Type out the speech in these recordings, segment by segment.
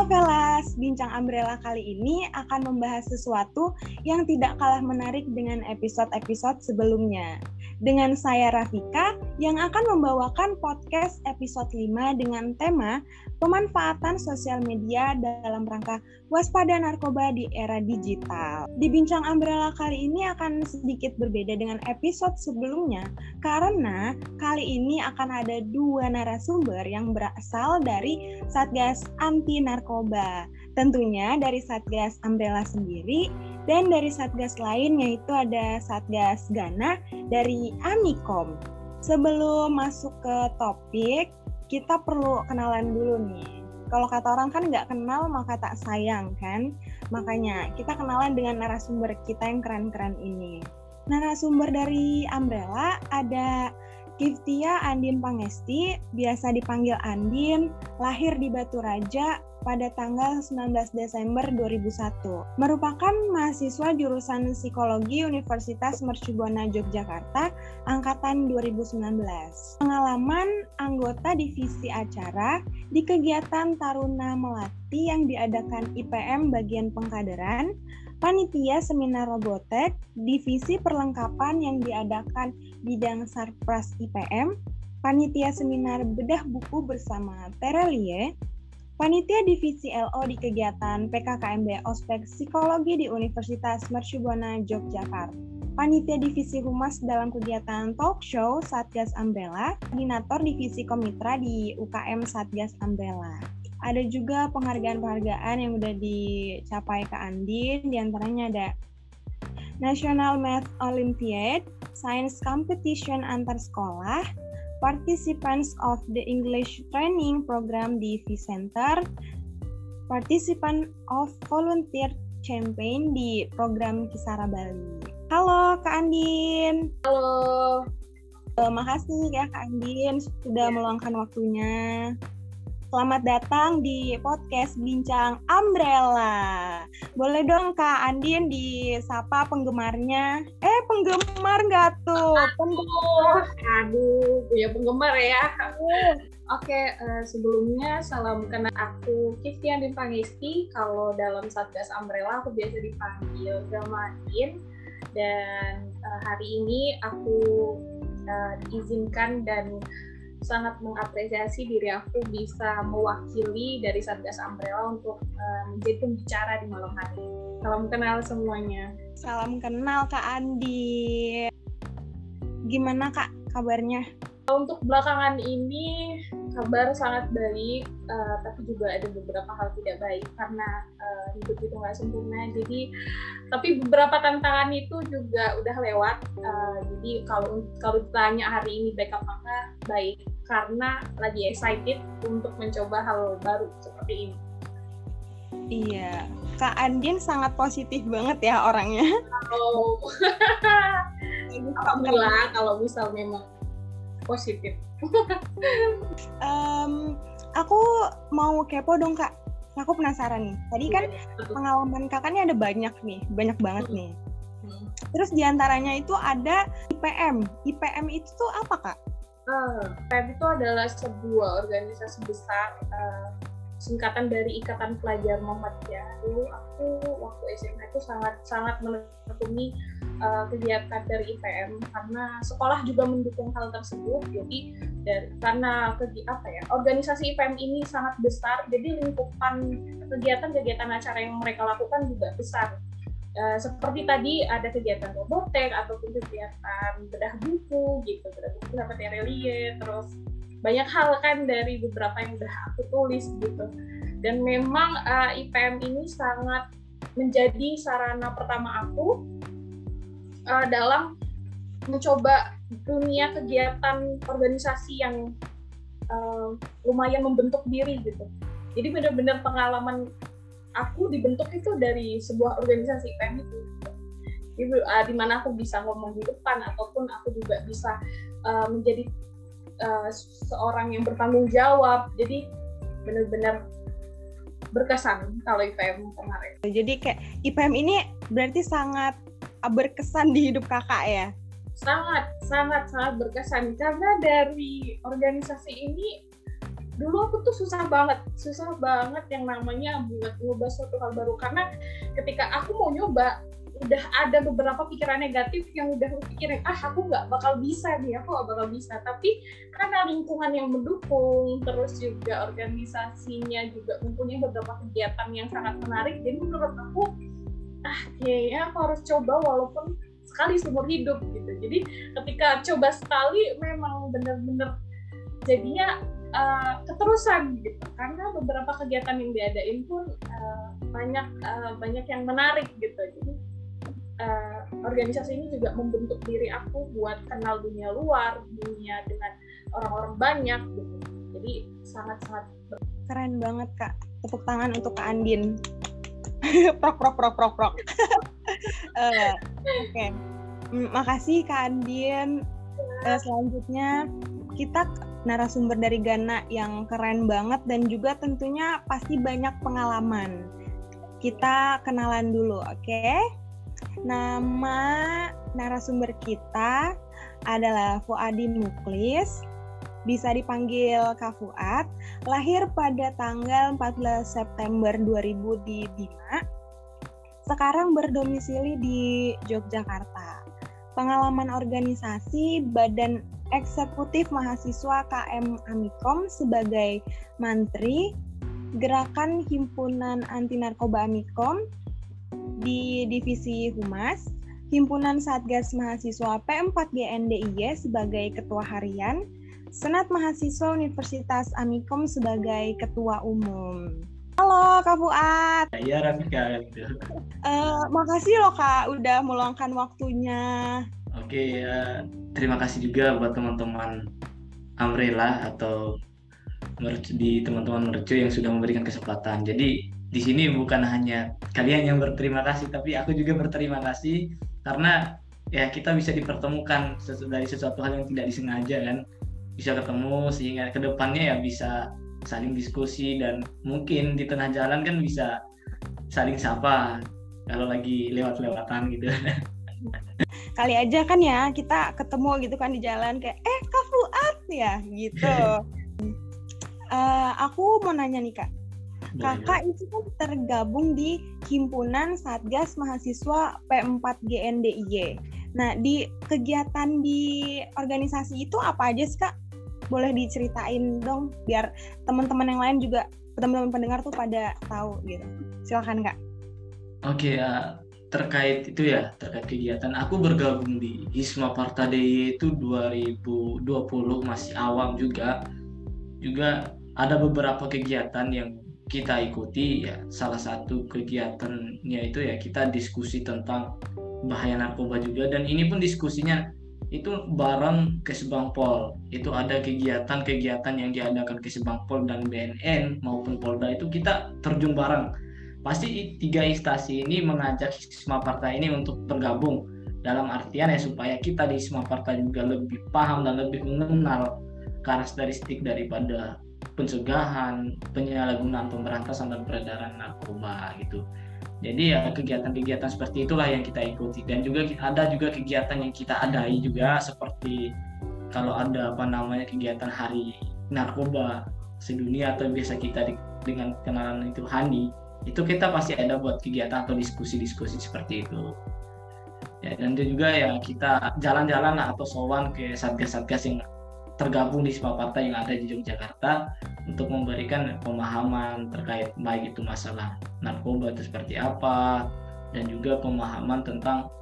Halo Velas, Bincang Umbrella kali ini akan membahas sesuatu yang tidak kalah menarik dengan episode-episode sebelumnya. Dengan saya Rafika yang akan membawakan podcast episode 5 dengan tema pemanfaatan sosial media dalam rangka waspada narkoba di era digital. Di Bincang Umbrella kali ini akan sedikit berbeda dengan episode sebelumnya karena kali ini akan ada dua narasumber yang berasal dari Satgas Anti Narkoba. Tentunya dari Satgas Umbrella sendiri dan dari Satgas lain yaitu ada Satgas Gana dari Amikom. Sebelum masuk ke topik, kita perlu kenalan dulu nih. Kalau kata orang kan nggak kenal maka tak sayang kan? Makanya kita kenalan dengan narasumber kita yang keren-keren ini. Narasumber dari Umbrella ada Kiftia Andin Pangesti, biasa dipanggil Andin, lahir di Batu Raja pada tanggal 19 Desember 2001. Merupakan mahasiswa jurusan Psikologi Universitas Mercubuana Yogyakarta, angkatan 2019. Pengalaman anggota divisi acara di kegiatan Taruna Melati yang diadakan IPM bagian pengkaderan, panitia seminar robotek, divisi perlengkapan yang diadakan bidang Sarpras IPM, panitia seminar bedah buku bersama Terelie, panitia divisi LO di kegiatan PKKMB Ospek Psikologi di Universitas Mercubuana Yogyakarta, panitia divisi Humas dalam kegiatan talk show Satgas Umbrella, koordinator divisi Komitra di UKM Satgas Umbrella. Ada juga penghargaan-penghargaan yang udah dicapai Kak Andin, diantaranya ada National Math Olympiad, Science Competition antar sekolah, Participants of the English Training Program di V-Center, Participant of Volunteer Campaign di program Kisara Bali. Halo Kak Andin. Halo. Makasih ya Kak Andin sudah meluangkan waktunya. Selamat datang di podcast Bincang Umbrella. Boleh dong Kak Andin disapa penggemarnya? Penggemar nggak tuh? Penggemar. Aduh, punya penggemar ya. Oke, sebelumnya salam kenal, aku Kiftia Andin Pangesti. Kalau dalam Satgas Umbrella aku biasa dipanggil Grama Andin. Dan hari ini aku diizinkan dan sangat mengapresiasi diri aku bisa mewakili dari Satgas Umbrella untuk menjadi pembicara di malam hari. Salam kenal semuanya. Salam kenal Kak Andi. Gimana Kak kabarnya? Untuk belakangan ini kabar sangat baik, tapi juga ada beberapa hal tidak baik karena hidup itu nggak sempurna. Jadi, tapi beberapa tantangan itu juga udah lewat. Jadi kalau ditanya hari ini baik apa enggak, baik karena lagi excited untuk mencoba hal baru seperti ini. Iya, Kak Andin sangat positif banget ya orangnya. Oh, alhamdulillah kalau misal memang positif. Aku mau kepo dong Kak. Aku penasaran nih. Tadi kan pengalaman kakaknya ada banyak banget nih. Terus diantaranya itu ada IPM. IPM itu tuh apa Kak? IPM itu adalah sebuah organisasi besar, singkatan dari Ikatan Pelajar Muhammadiyah. Dulu aku waktu SMA itu sangat menekuni kegiatan dari IPM karena sekolah juga mendukung hal tersebut. Jadi karena organisasi IPM ini sangat besar, jadi lingkupan kegiatan acara yang mereka lakukan juga besar. Seperti tadi ada kegiatan robotek ataupun kegiatan bedah buku gitu, sama Terelie, terus banyak hal kan dari beberapa yang udah aku tulis gitu. Dan memang IPM ini sangat menjadi sarana pertama aku dalam mencoba dunia kegiatan organisasi yang lumayan membentuk diri gitu. Jadi benar-benar pengalaman aku dibentuk itu dari sebuah organisasi IPM itu. Di mana aku bisa ngomong di depan ataupun aku juga bisa menjadi seorang yang bertanggung jawab. Jadi benar-benar berkesan kalau IPM kemarin. Jadi kayak IPM ini berarti sangat berkesan di hidup kakak ya? Sangat berkesan karena dari organisasi ini dulu aku tuh susah banget yang namanya buat nyoba suatu hal baru, karena ketika aku mau nyoba udah ada beberapa pikiran negatif yang udah aku pikirin, aku nggak bakal bisa nih, tapi karena lingkungan yang mendukung, terus juga organisasinya juga mempunyai beberapa kegiatan yang sangat menarik, jadi menurut aku kayaknya aku harus coba walaupun sekali seumur hidup gitu. Jadi ketika coba sekali memang benar-benar jadinya keterusan gitu, karena beberapa kegiatan yang diadain pun banyak yang menarik gitu. Jadi organisasi ini juga membentuk diri aku buat kenal dunia luar, dunia dengan orang-orang banyak gitu. Jadi sangat-sangat keren banget Kak. Tepuk tangan untuk Kak Andin. prok. Oke. Makasih Kak Andin. Selanjutnya kita narasumber dari Ghana yang keren banget dan juga tentunya pasti banyak pengalaman. Kita kenalan dulu, oke? Nama narasumber kita adalah Fuadi Muklis, bisa dipanggil Kak Fuad, lahir pada tanggal 14 September 2000 di Bima, sekarang berdomisili di Yogyakarta. Pengalaman organisasi Badan Eksekutif Mahasiswa KM Amikom sebagai Mantri, Gerakan Himpunan Anti Narkoba Amikom di Divisi Humas, Himpunan Satgas Mahasiswa P4GNDIY sebagai Ketua Harian, Senat Mahasiswa Universitas Amikom sebagai Ketua Umum. Halo Kak Fuad. Iya Rafika. Makasih loh Kak udah meluangkan waktunya. Oke, terima kasih juga buat teman-teman Amrela atau di teman-teman Mercu yang sudah memberikan kesempatan. Jadi di sini bukan hanya kalian yang berterima kasih, tapi aku juga berterima kasih karena ya kita bisa dipertemukan dari sesuatu hal yang tidak disengaja kan, bisa ketemu sehingga kedepannya ya bisa saling diskusi dan mungkin di tengah jalan kan bisa saling sapa kalau lagi lewat-lewatan gitu. Kali aja kan ya kita ketemu gitu kan di jalan kayak Kak Fuad ya gitu. Aku mau nanya nih Kak. Kakak itu kan tergabung di Himpunan Satgas Mahasiswa P4GNDIY. Nah, di kegiatan di organisasi itu apa aja sih Kak? Boleh diceritain dong biar teman-teman yang lain juga, teman-teman pendengar tuh pada tahu gitu. Silakan Kak. Oke, terkait kegiatan, aku bergabung di Hisma Parta DIY itu 2020, masih awam juga ada beberapa kegiatan yang kita ikuti ya. Salah satu kegiatannya itu ya kita diskusi tentang bahaya narkoba juga, dan ini pun diskusinya itu bareng Kesbangpol. Itu ada kegiatan yang diadakan Kesbangpol dan BNN maupun Polda, itu kita terjun bareng. Pasti 3 instansi ini mengajak Hisma Parta ini untuk bergabung, dalam artian ya supaya kita di Hisma Parta juga lebih paham dan lebih mengenal karakteristik daripada pencegahan, penyalahgunaan, pemberantasan dan peredaran narkoba gitu. Jadi ya kegiatan-kegiatan seperti itulah yang kita ikuti, dan juga ada kegiatan yang kita adai juga, seperti kalau ada kegiatan Hari Narkoba Sedunia atau biasa kita dengan kenalan itu HANI, itu kita pasti ada buat kegiatan atau diskusi-diskusi seperti itu. Ya, dan juga ya kita jalan-jalan atau sowan ke satgas-satgas yang tergabung di Hisma Parta yang ada di Yogyakarta untuk memberikan pemahaman terkait baik itu masalah narkoba itu seperti apa, dan juga pemahaman tentang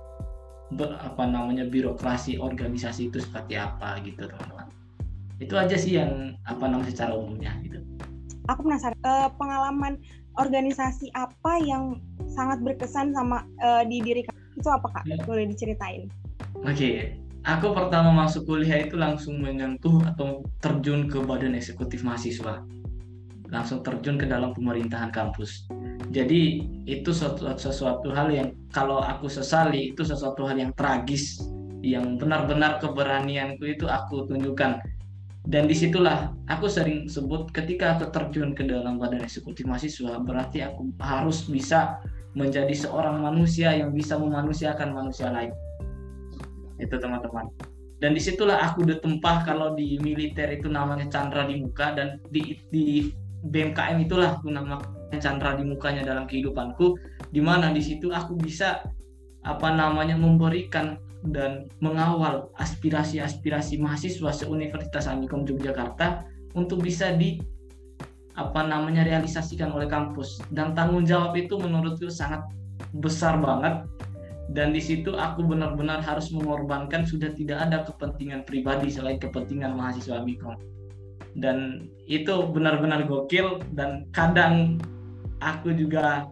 birokrasi organisasi itu seperti apa gitu teman-teman. Itu aja sih yang secara umumnya gitu. Aku penasaran pengalaman organisasi apa yang sangat berkesan sama di diri Kak? Itu apa Kak? Boleh diceritain? Oke. Aku pertama masuk kuliah itu langsung menyentuh atau terjun ke Badan Eksekutif Mahasiswa, langsung terjun ke dalam pemerintahan kampus. Jadi itu sesuatu hal yang kalau aku sesali, itu sesuatu hal yang tragis, yang benar-benar keberanianku itu aku tunjukkan. Dan disitulah aku sering sebut, ketika aku terjun ke dalam Badan Eksekutif Mahasiswa, berarti aku harus bisa menjadi seorang manusia yang bisa memanusiakan manusia lain. Itu teman-teman. Dan disitulah aku ditempah, kalau di militer itu namanya candra di muka, dan di BMKM itulah aku namanya candra di mukanya dalam kehidupanku, di mana di situ aku bisa memberikan dan mengawal aspirasi-aspirasi mahasiswa se-Universitas Amikom Yogyakarta untuk bisa realisasikan oleh kampus. Dan tanggung jawab itu menurutku sangat besar banget, dan di situ aku benar-benar harus mengorbankan, sudah tidak ada kepentingan pribadi selain kepentingan mahasiswa Amikom. Dan itu benar-benar gokil. Dan kadang aku juga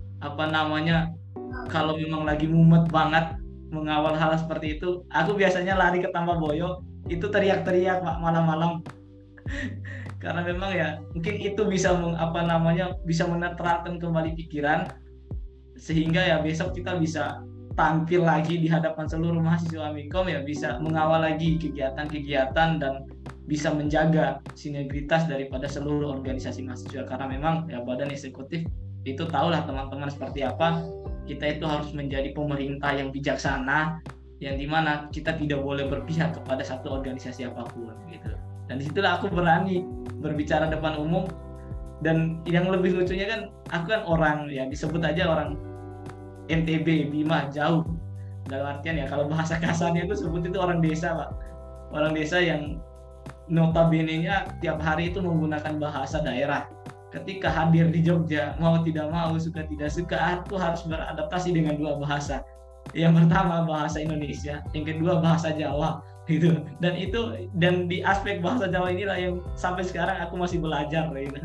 kalau memang lagi mumet banget mengawal hal seperti itu, aku biasanya lari ke Tambaboyo, itu teriak-teriak malam-malam. Karena memang ya mungkin itu bisa bisa menetralkan kembali pikiran, sehingga ya besok kita bisa tampil lagi di hadapan seluruh mahasiswa Amikom, ya bisa mengawal lagi kegiatan-kegiatan dan bisa menjaga sinergitas daripada seluruh organisasi mahasiswa. Karena memang ya badan eksekutif itu tahulah teman-teman seperti apa, kita itu harus menjadi pemerintah yang bijaksana, yang dimana kita tidak boleh berpihak kepada satu organisasi apapun gitu. Dan disitulah aku berani berbicara depan umum. Dan yang lebih lucunya kan, aku kan orang, ya disebut aja orang NTB, Bima, jauh. Dalam artian ya kalau bahasa kasarnya itu sebut itu orang desa, Pak. Orang desa yang notabene-nya tiap hari itu menggunakan bahasa daerah. Ketika hadir di Jogja, mau tidak mau, suka tidak suka, aku harus beradaptasi dengan dua bahasa. Yang pertama bahasa Indonesia, yang kedua bahasa Jawa gitu. Dan di aspek bahasa Jawa inilah yang sampai sekarang aku masih belajar gitu.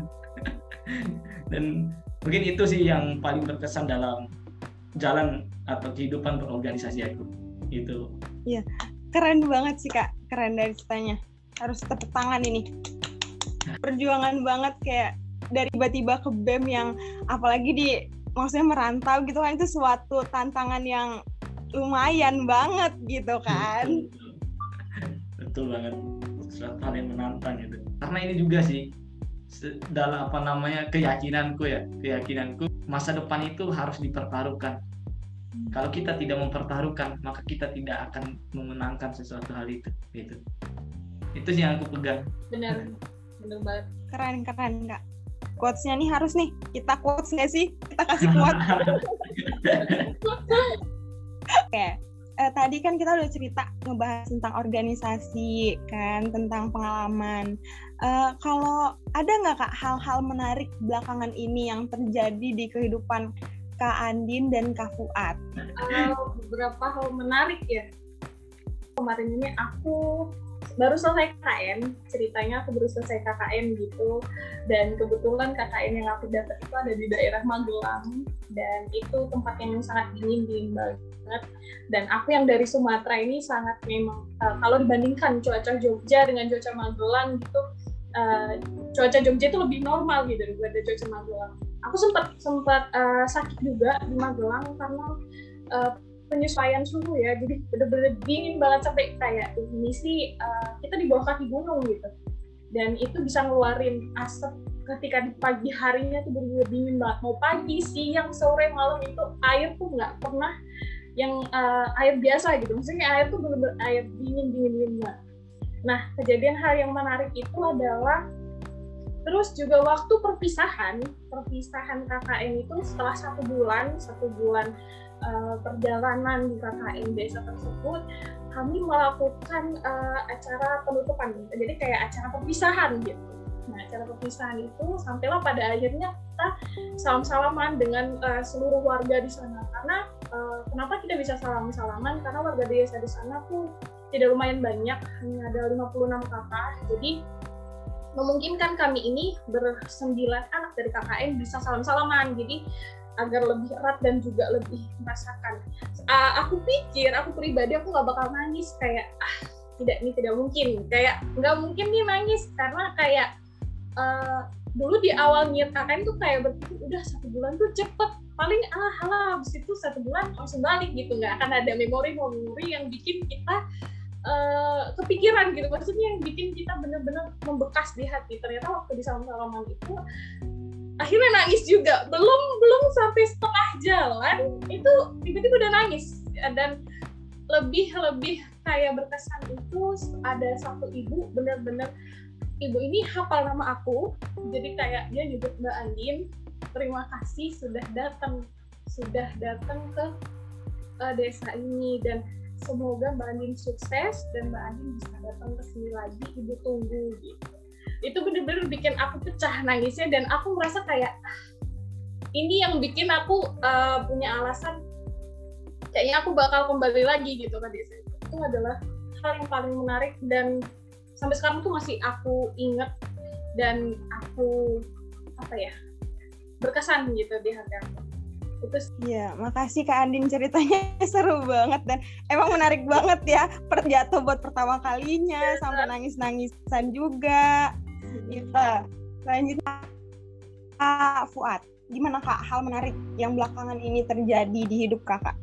Dan mungkin itu sih yang paling berkesan dalam jalan atau kehidupan berorganisasi aku itu. Iya, keren banget sih Kak, keren dari ceritanya. Harus tepuk tangan ini. Perjuangan banget, kayak dari tiba-tiba ke BEM yang apalagi maksudnya merantau gitu kan, itu suatu tantangan yang lumayan banget gitu kan. Betul banget, suatu hal yang menantang gitu. Karena ini juga sih dalam keyakinanku masa depan itu harus dipertaruhkan. Kalau kita tidak mempertaruhkan, maka kita tidak akan memenangkan sesuatu hal itu gitu. Itu sih yang aku pegang. Benar banget. Keren Kak. Quotes-nya nih harus nih kita quotes nggak sih? Kita kasih quote. Oke. Tadi kan kita udah cerita ngebahas tentang organisasi kan, tentang pengalaman. Kalau ada nggak Kak hal-hal menarik belakangan ini yang terjadi di kehidupan Kak Andin dan Kak Fuad? Beberapa hal menarik ya. Kemarin ini aku baru selesai KKN, ceritanya aku baru selesai KKN gitu, dan kebetulan KKN yang aku dapat itu ada di daerah Magelang, dan itu tempat yang sangat dingin banget. Dan aku yang dari Sumatera ini sangat memang kalau dibandingkan cuaca Jogja dengan cuaca Magelang gitu, cuaca Jogja itu lebih normal gitu daripada cuaca Magelang. Aku sempat sakit juga di Magelang karena penyesuaian suhu ya, jadi bener-bener dingin banget sampai kayak definisi kita di bawah kaki gunung gitu, dan itu bisa ngeluarin asap ketika di pagi harinya tuh bener-bener dingin banget, mau pagi, siang, sore, malam itu air tuh nggak pernah yang air biasa gitu, maksudnya air tuh bener-bener air dingin banget. Nah, kejadian hal yang menarik itu adalah terus juga waktu perpisahan KKN itu setelah satu bulan perjalanan di KKN desa tersebut, kami melakukan acara penutupan, jadi kayak acara perpisahan gitu. Nah, acara perpisahan itu sampailah pada akhirnya kita salam-salaman dengan seluruh warga di sana. Karena kenapa kita bisa salam-salaman? Karena warga desa di sana tuh tidak lumayan banyak, hanya ada 56 kakak. Jadi memungkinkan kami ini bersembilan anak dari KKN bisa salam-salaman. Jadi agar lebih erat dan juga lebih merasakan. Aku pribadi aku nggak bakal nangis, kayak tidak mungkin, kayak nggak mungkin nih nangis, karena kayak dulu di awal niat KKN tuh kayak berpikir udah 1 bulan tuh cepet, paling habis itu 1 bulan langsung balik gitu, nggak akan ada memori yang bikin kita kepikiran gitu, maksudnya yang bikin kita benar-benar membekas di hati. Ternyata waktu di salam-salaman itu akhirnya nangis juga, belum sampai setengah jalan itu tiba-tiba udah nangis, dan lebih kayak berkesan itu ada satu ibu, bener-bener ibu ini hafal nama aku, jadi kayak dia nyebut Mbak Andin, terima kasih sudah datang ke desa ini, dan semoga Mbak Andin sukses dan Mbak Andin bisa datang ke sini lagi, ibu tunggu gitu. Itu bener-bener bikin aku pecah nangisnya, dan aku merasa kayak ini yang bikin aku punya alasan kayaknya aku bakal kembali lagi gitu ke desa. Itu adalah hal yang paling menarik, dan sampai sekarang tuh masih aku inget dan aku berkesan gitu di hati aku. Iya, makasih Kak Andin, ceritanya seru banget dan emang menarik banget ya, jatuh buat pertama kalinya sampai nangis-nangisan juga. Kita lanjut Kak Fuad, gimana Kak hal menarik yang belakangan ini terjadi di hidup Kakak?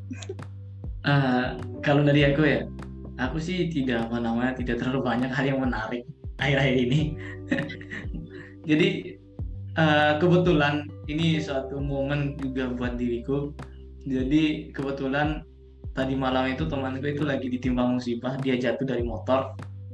Kalau dari aku ya, aku sih tidak terlalu banyak hal yang menarik akhir-akhir ini. Jadi kebetulan ini suatu momen juga buat diriku. Jadi kebetulan tadi malam itu temanku itu lagi ditimpa musibah, dia jatuh dari motor.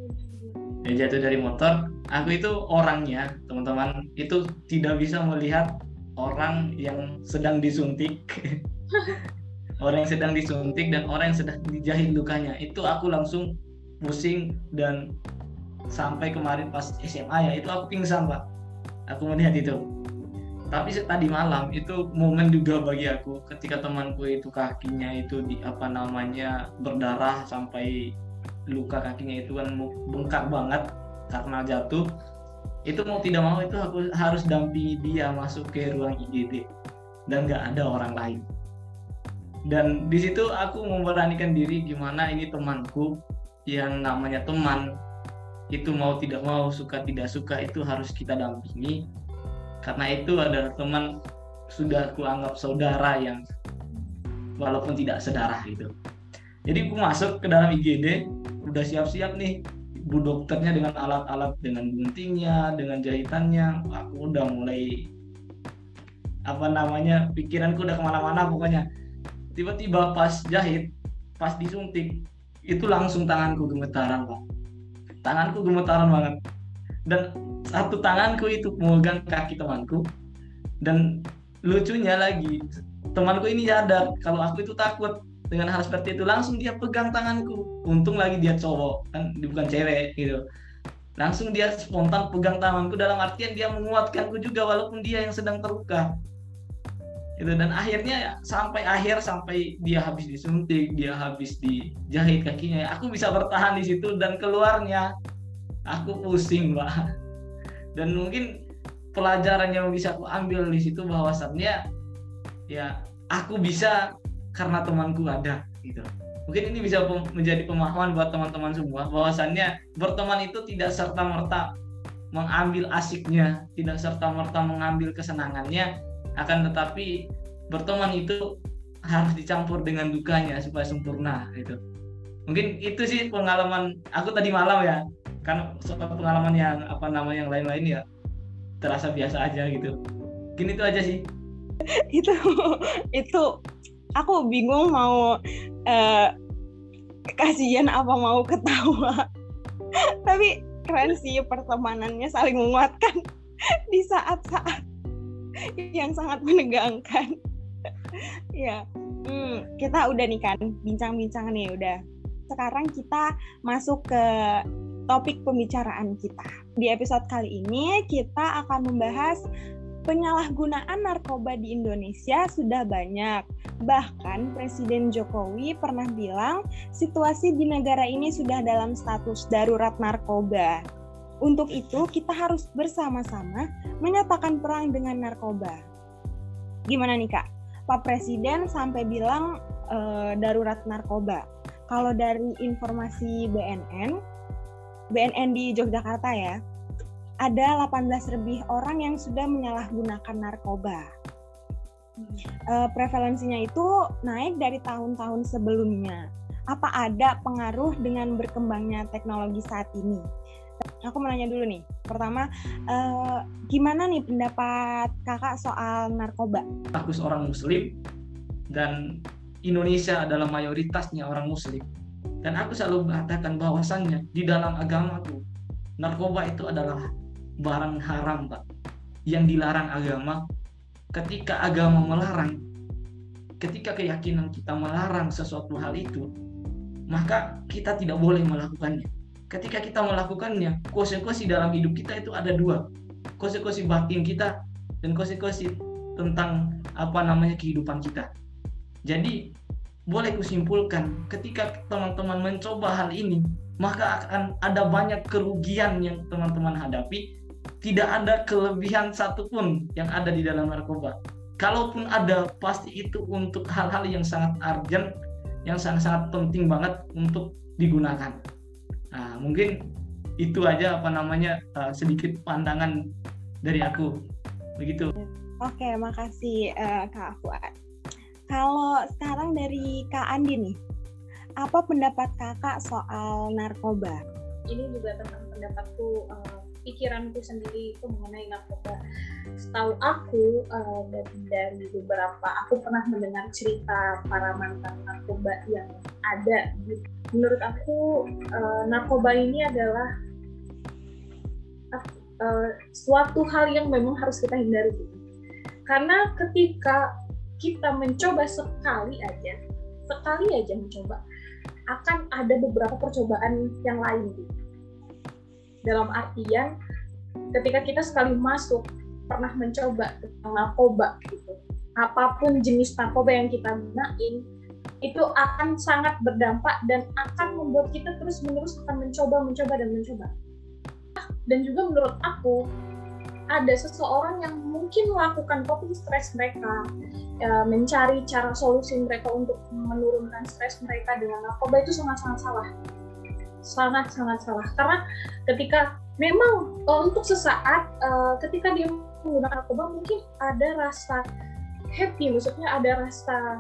Aku itu orangnya, teman-teman, itu tidak bisa melihat orang yang sedang disuntik. Orang yang sedang disuntik dan orang yang sedang dijahit lukanya, itu aku langsung pusing, dan sampai kemarin pas SMA ya, itu aku pingsan Pak, aku melihat itu. Tapi tadi malam itu momen juga bagi aku, ketika temanku itu kakinya itu berdarah sampai luka kakinya itu kan bengkak banget karena jatuh. Itu mau tidak mau itu aku harus dampingi dia masuk ke ruang IGD dan nggak ada orang lain. Dan di situ aku memberanikan diri, gimana ini temanku, yang namanya teman itu mau tidak mau, suka tidak suka itu harus kita dampingi, karena itu adalah teman, sudah aku anggap saudara yang walaupun tidak sedarah gitu. Jadi aku masuk ke dalam IGD, udah siap-siap nih, bu dokternya dengan alat-alat, dengan guntingnya, dengan jahitannya, aku udah mulai pikiranku udah kemana-mana pokoknya. Tiba-tiba pas jahit, pas disuntik, itu langsung tanganku gemetaran Pak. Tanganku gemetaran banget. Dan satu tanganku itu memegang kaki temanku. Dan lucunya lagi, temanku ini sadar kalau aku itu takut dengan hal seperti itu. Langsung dia pegang tanganku. Untung lagi dia cowok, kan bukan cewek gitu. Langsung dia spontan pegang tanganku, dalam artian dia menguatkanku juga walaupun dia yang sedang terluka. Gitu. Dan akhirnya sampai dia habis disuntik, dia habis dijahit kakinya, aku bisa bertahan di situ, dan keluarnya aku pusing Pak. Dan mungkin pelajaran yang bisa aku ambil di situ bahwasannya ya aku bisa karena temanku ada gitu. Mungkin ini bisa menjadi pemahaman buat teman-teman semua bahwasannya berteman itu tidak serta-merta mengambil asiknya, tidak serta-merta mengambil kesenangannya, akan tetapi berteman itu harus dicampur dengan dukanya supaya sempurna gitu. Mungkin itu sih pengalaman aku tadi malam ya, kan soal pengalaman yang yang lain-lain ya terasa biasa aja gitu. Mungkin itu aja sih. itu aku bingung mau kasihan apa mau ketawa. Tapi keren sih, pertemanannya saling menguatkan di saat-saat yang sangat menegangkan. Ya, kita udah nih kan bincang-bincang nih udah. Sekarang kita masuk ke topik pembicaraan kita. Di episode kali ini kita akan membahas penyalahgunaan narkoba di Indonesia sudah banyak. Bahkan Presiden Jokowi pernah bilang situasi di negara ini sudah dalam status darurat narkoba. Untuk itu kita harus bersama-sama menyatakan perang dengan narkoba. Gimana nih Kak? Pak Presiden sampai bilang darurat narkoba. Kalau dari informasi BNN di Yogyakarta ya, ada 18 lebih orang yang sudah menyalahgunakan narkoba. Prevalensinya itu naik dari tahun-tahun sebelumnya. Apa ada pengaruh dengan berkembangnya teknologi saat ini? Aku mau nanya dulu nih. Pertama, gimana nih pendapat kakak soal narkoba? Aku seorang muslim dan Indonesia adalah mayoritasnya orang muslim. Dan aku selalu mengatakan bahwasannya di dalam agamaku narkoba itu adalah barang haram, Pak, yang dilarang agama. Ketika agama melarang, ketika keyakinan kita melarang sesuatu hal itu, maka kita tidak boleh melakukannya. Ketika kita melakukannya, konsekuensi dalam hidup kita itu ada dua, konsekuensi batin kita dan konsekuensi tentang kehidupan kita. Jadi boleh kusimpulkan, ketika teman-teman mencoba hal ini, maka akan ada banyak kerugian yang teman-teman hadapi. Tidak ada kelebihan satupun yang ada di dalam narkoba. Kalaupun ada, pasti itu untuk hal-hal yang sangat urgent, yang sangat-sangat penting banget untuk digunakan. Nah, mungkin itu aja sedikit pandangan dari aku. Begitu. Oke, makasih Kak Fuad. Kalau sekarang dari Kak Andi nih, apa pendapat Kakak soal narkoba? Ini juga tentang pendapatku, pikiranku sendiri itu mengenai narkoba. Setahu aku dari beberapa, aku pernah mendengar cerita para mantan narkoba yang ada. Menurut aku narkoba ini adalah suatu hal yang memang harus kita hindari. Karena ketika kita mencoba sekali aja mencoba, akan ada beberapa percobaan yang lain gitu. Dalam artian ketika kita sekali masuk pernah mencoba tentang narkoba gitu, apapun jenis narkoba yang kita gunain itu akan sangat berdampak dan akan membuat kita terus-menerus akan mencoba. Dan juga menurut aku ada seseorang yang mungkin melakukan coping stres mereka, mencari cara solusi mereka untuk menurunkan stres mereka dengan narkoba, itu sangat-sangat salah. Sangat-sangat salah. Karena ketika memang untuk sesaat ketika dia menggunakan narkoba mungkin ada rasa happy, maksudnya ada rasa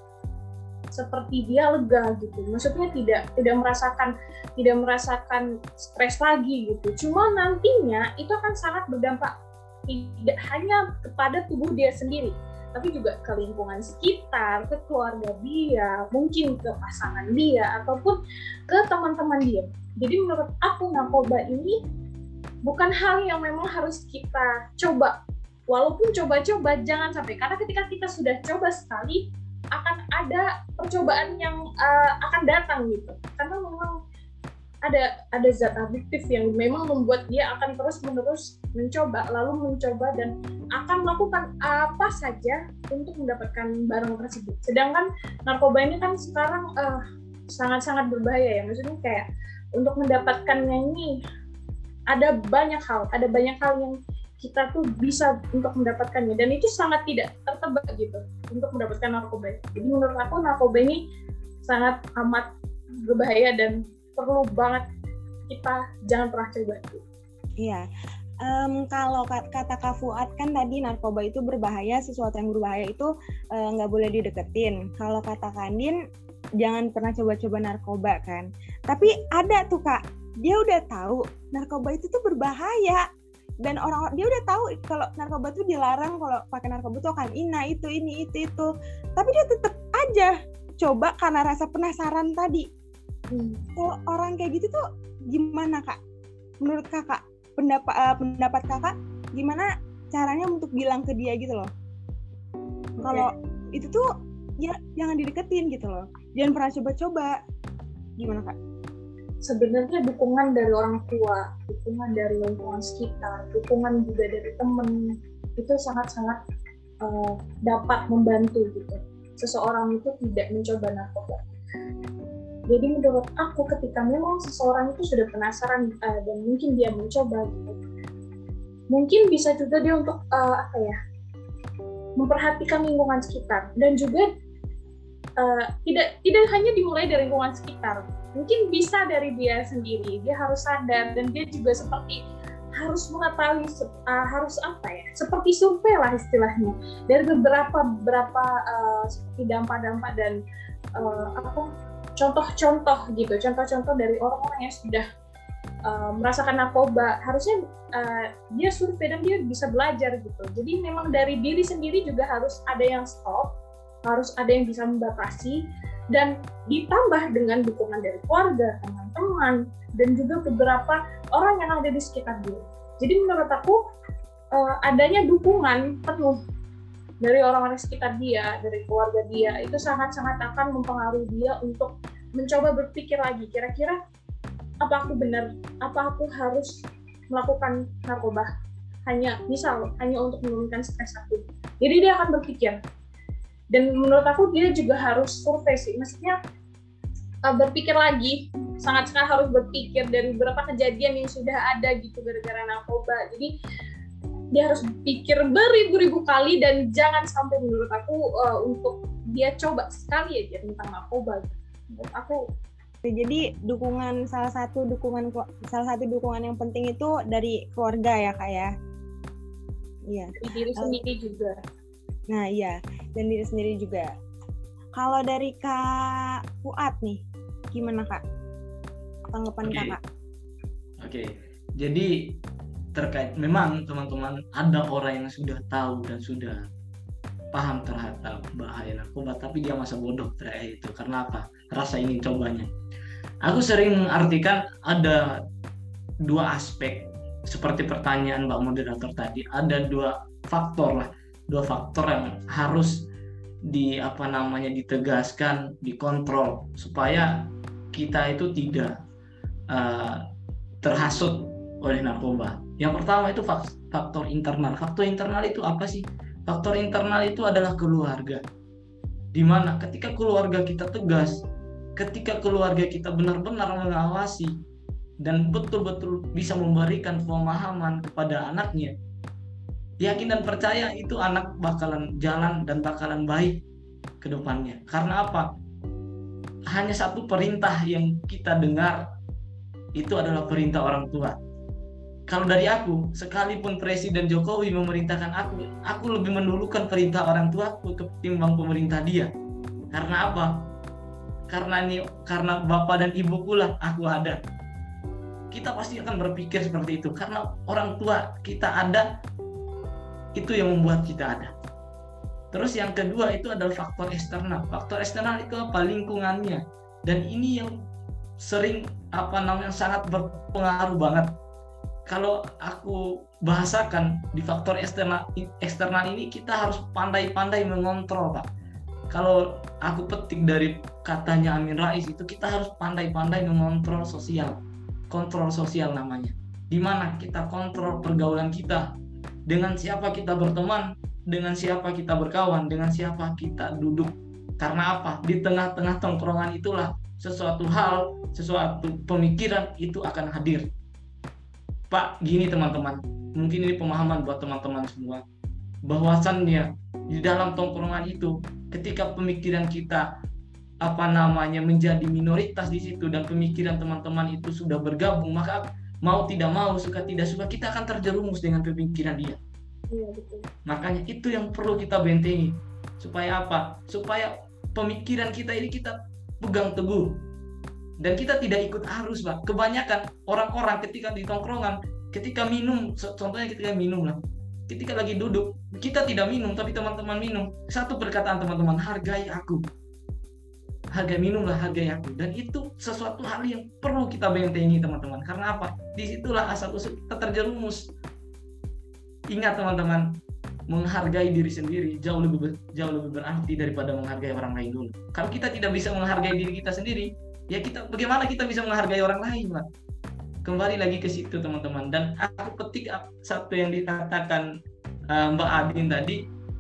seperti dia lega gitu. Maksudnya tidak merasakan stres lagi gitu. Cuma nantinya itu akan sangat berdampak tidak hanya kepada tubuh dia sendiri, tapi juga ke lingkungan sekitar, ke keluarga dia, mungkin ke pasangan dia, ataupun ke teman-teman dia. Jadi menurut aku narkoba ini bukan hal yang memang harus kita coba. Walaupun coba-coba, jangan sampai. Karena ketika kita sudah coba sekali, akan ada percobaan yang akan datang gitu. Karena memang ada zat adiktif yang memang membuat dia akan terus-menerus mencoba dan akan melakukan apa saja untuk mendapatkan barang tersebut. Sedangkan narkoba ini kan sekarang sangat-sangat berbahaya ya. Maksudnya kayak untuk mendapatkannya ini ada banyak hal yang kita tuh bisa untuk mendapatkannya, dan itu sangat tidak tertebak gitu untuk mendapatkan narkoba. Jadi menurut aku narkoba ini sangat amat berbahaya dan perlu banget kita jangan pernah coba. Iya. Kalau kata Kak Fuad kan tadi narkoba itu berbahaya, sesuatu yang berbahaya itu nggak boleh dideketin. Kalau kata Kandin jangan pernah coba-coba narkoba kan. Tapi ada tuh Kak, dia udah tahu narkoba itu tuh berbahaya. Dan orang dia udah tahu kalau narkoba tuh dilarang, kalau pakai narkoba tuh akan ini itu. Tapi dia tetap aja coba karena rasa penasaran tadi. Kalau orang kayak gitu tuh gimana Kak? Menurut Kakak, pendapat Kakak gimana caranya untuk bilang ke dia gitu loh? Kalau itu tuh ya jangan dideketin gitu loh. Jangan pernah coba-coba. Gimana Kak? Sebenarnya dukungan dari orang tua, dukungan dari lingkungan sekitar, dukungan juga dari teman, itu sangat-sangat dapat membantu gitu. Seseorang itu tidak mencoba narkoba. Jadi menurut aku ketika memang seseorang itu sudah penasaran dan mungkin dia mencoba gitu, mungkin bisa juga dia untuk memperhatikan lingkungan sekitar, dan juga tidak hanya dimulai dari lingkungan sekitar. Mungkin bisa dari dia sendiri, dia harus sadar, dan dia juga seperti harus mengetahui seperti survei lah istilahnya dari beberapa seperti dampak-dampak dan contoh-contoh dari orang-orang yang sudah merasakan narkoba. Harusnya dia survei dan dia bisa belajar gitu. Jadi memang dari diri sendiri juga harus ada yang stop, harus ada yang bisa membatasi, dan ditambah dengan dukungan dari keluarga, teman-teman, dan juga beberapa orang yang ada di sekitar dia. Jadi menurut aku adanya dukungan penuh dari orang-orang sekitar dia, dari keluarga dia, itu sangat-sangat akan mempengaruhi dia untuk mencoba berpikir lagi, kira-kira apa aku benar, apa aku harus melakukan narkoba hanya untuk menurunkan stres aku. Jadi dia akan berpikir. Dan menurut aku dia juga harus survei sih, maksudnya berpikir lagi, sangat-sangat harus berpikir dari beberapa kejadian yang sudah ada gitu gara-gara narkoba. Jadi dia harus pikir beribu-ribu kali dan jangan sampai menurut aku untuk dia coba sekali aja tentang narkoba. Menurut aku. Jadi salah satu dukungan yang penting itu dari keluarga ya Kak ya. Iya. Dari diri sendiri juga. Nah iya, dan diri sendiri juga. Kalau dari Kak Fuad nih, gimana Kak? Tanggapan Kakak? Oke. Jadi terkait memang teman-teman ada orang yang sudah tahu dan sudah paham terhadap bahaya narkoba tapi dia masa bodoh terkait itu. Karena apa? Rasa ingin cobanya. Aku sering mengartikan ada dua aspek seperti pertanyaan Mbak moderator tadi. Ada dua faktor yang harus ditegaskan, dikontrol supaya kita itu tidak terhasut oleh narkoba. Yang pertama itu faktor internal. Faktor internal itu apa sih? Faktor internal itu adalah keluarga. Dimana ketika keluarga kita tegas, ketika keluarga kita benar-benar mengawasi dan betul-betul bisa memberikan pemahaman kepada anaknya, yakin dan percaya itu anak bakalan jalan dan bakalan baik ke depannya. Karena apa? Hanya satu perintah yang kita dengar, itu adalah perintah orang tua. Kalau dari aku, sekalipun Presiden Jokowi memerintahkan aku lebih mendulukan perintah orang tuaku ketimbang pemerintah dia. Karena apa? Karena bapak dan ibuku lah aku ada. Kita pasti akan berpikir seperti itu. Karena orang tua kita ada, itu yang membuat kita ada. Terus yang kedua itu adalah faktor eksternal. Faktor eksternal itu apa? Lingkungannya. Dan ini yang sering sangat berpengaruh banget. Kalau aku bahasakan di faktor eksternal ini kita harus pandai-pandai mengontrol, Pak. Kalau aku petik dari katanya Amin Rais itu kita harus pandai-pandai mengontrol sosial. Kontrol sosial namanya. Di mana kita kontrol pergaulan kita. Dengan siapa kita berteman, dengan siapa kita berkawan, dengan siapa kita duduk. Karena apa? Di tengah-tengah tongkrongan itulah sesuatu hal, sesuatu pemikiran itu akan hadir. Pak, gini teman-teman, mungkin ini pemahaman buat teman-teman semua, bahwasannya di dalam tongkrongan itu, ketika pemikiran kita menjadi minoritas di situ dan pemikiran teman-teman itu sudah bergabung, maka mau tidak mau, suka tidak suka, kita akan terjerumus dengan pemikiran dia. Iya, betul. Makanya itu yang perlu kita bentengi. Supaya apa? Supaya pemikiran kita ini kita pegang teguh. Dan kita tidak ikut arus, Pak. Kebanyakan orang-orang ketika di tongkrongan, ketika minum, contohnya ketika minum lah, ketika lagi duduk, kita tidak minum, tapi teman-teman minum. Satu perkataan teman-teman, hargai aku. Hargai minumlah, hargai aku. Dan itu sesuatu hal yang perlu kita bentengi, teman-teman. Karena apa? Disitulah asal-usul kita terjerumus. Ingat, teman-teman, menghargai diri sendiri jauh lebih berarti daripada menghargai orang lain dulu. Kalau kita tidak bisa menghargai diri kita sendiri, ya bagaimana kita bisa menghargai orang lain, Pak? Kembali lagi ke situ, teman-teman. Dan aku petik satu yang dikatakan Mbak Adin tadi,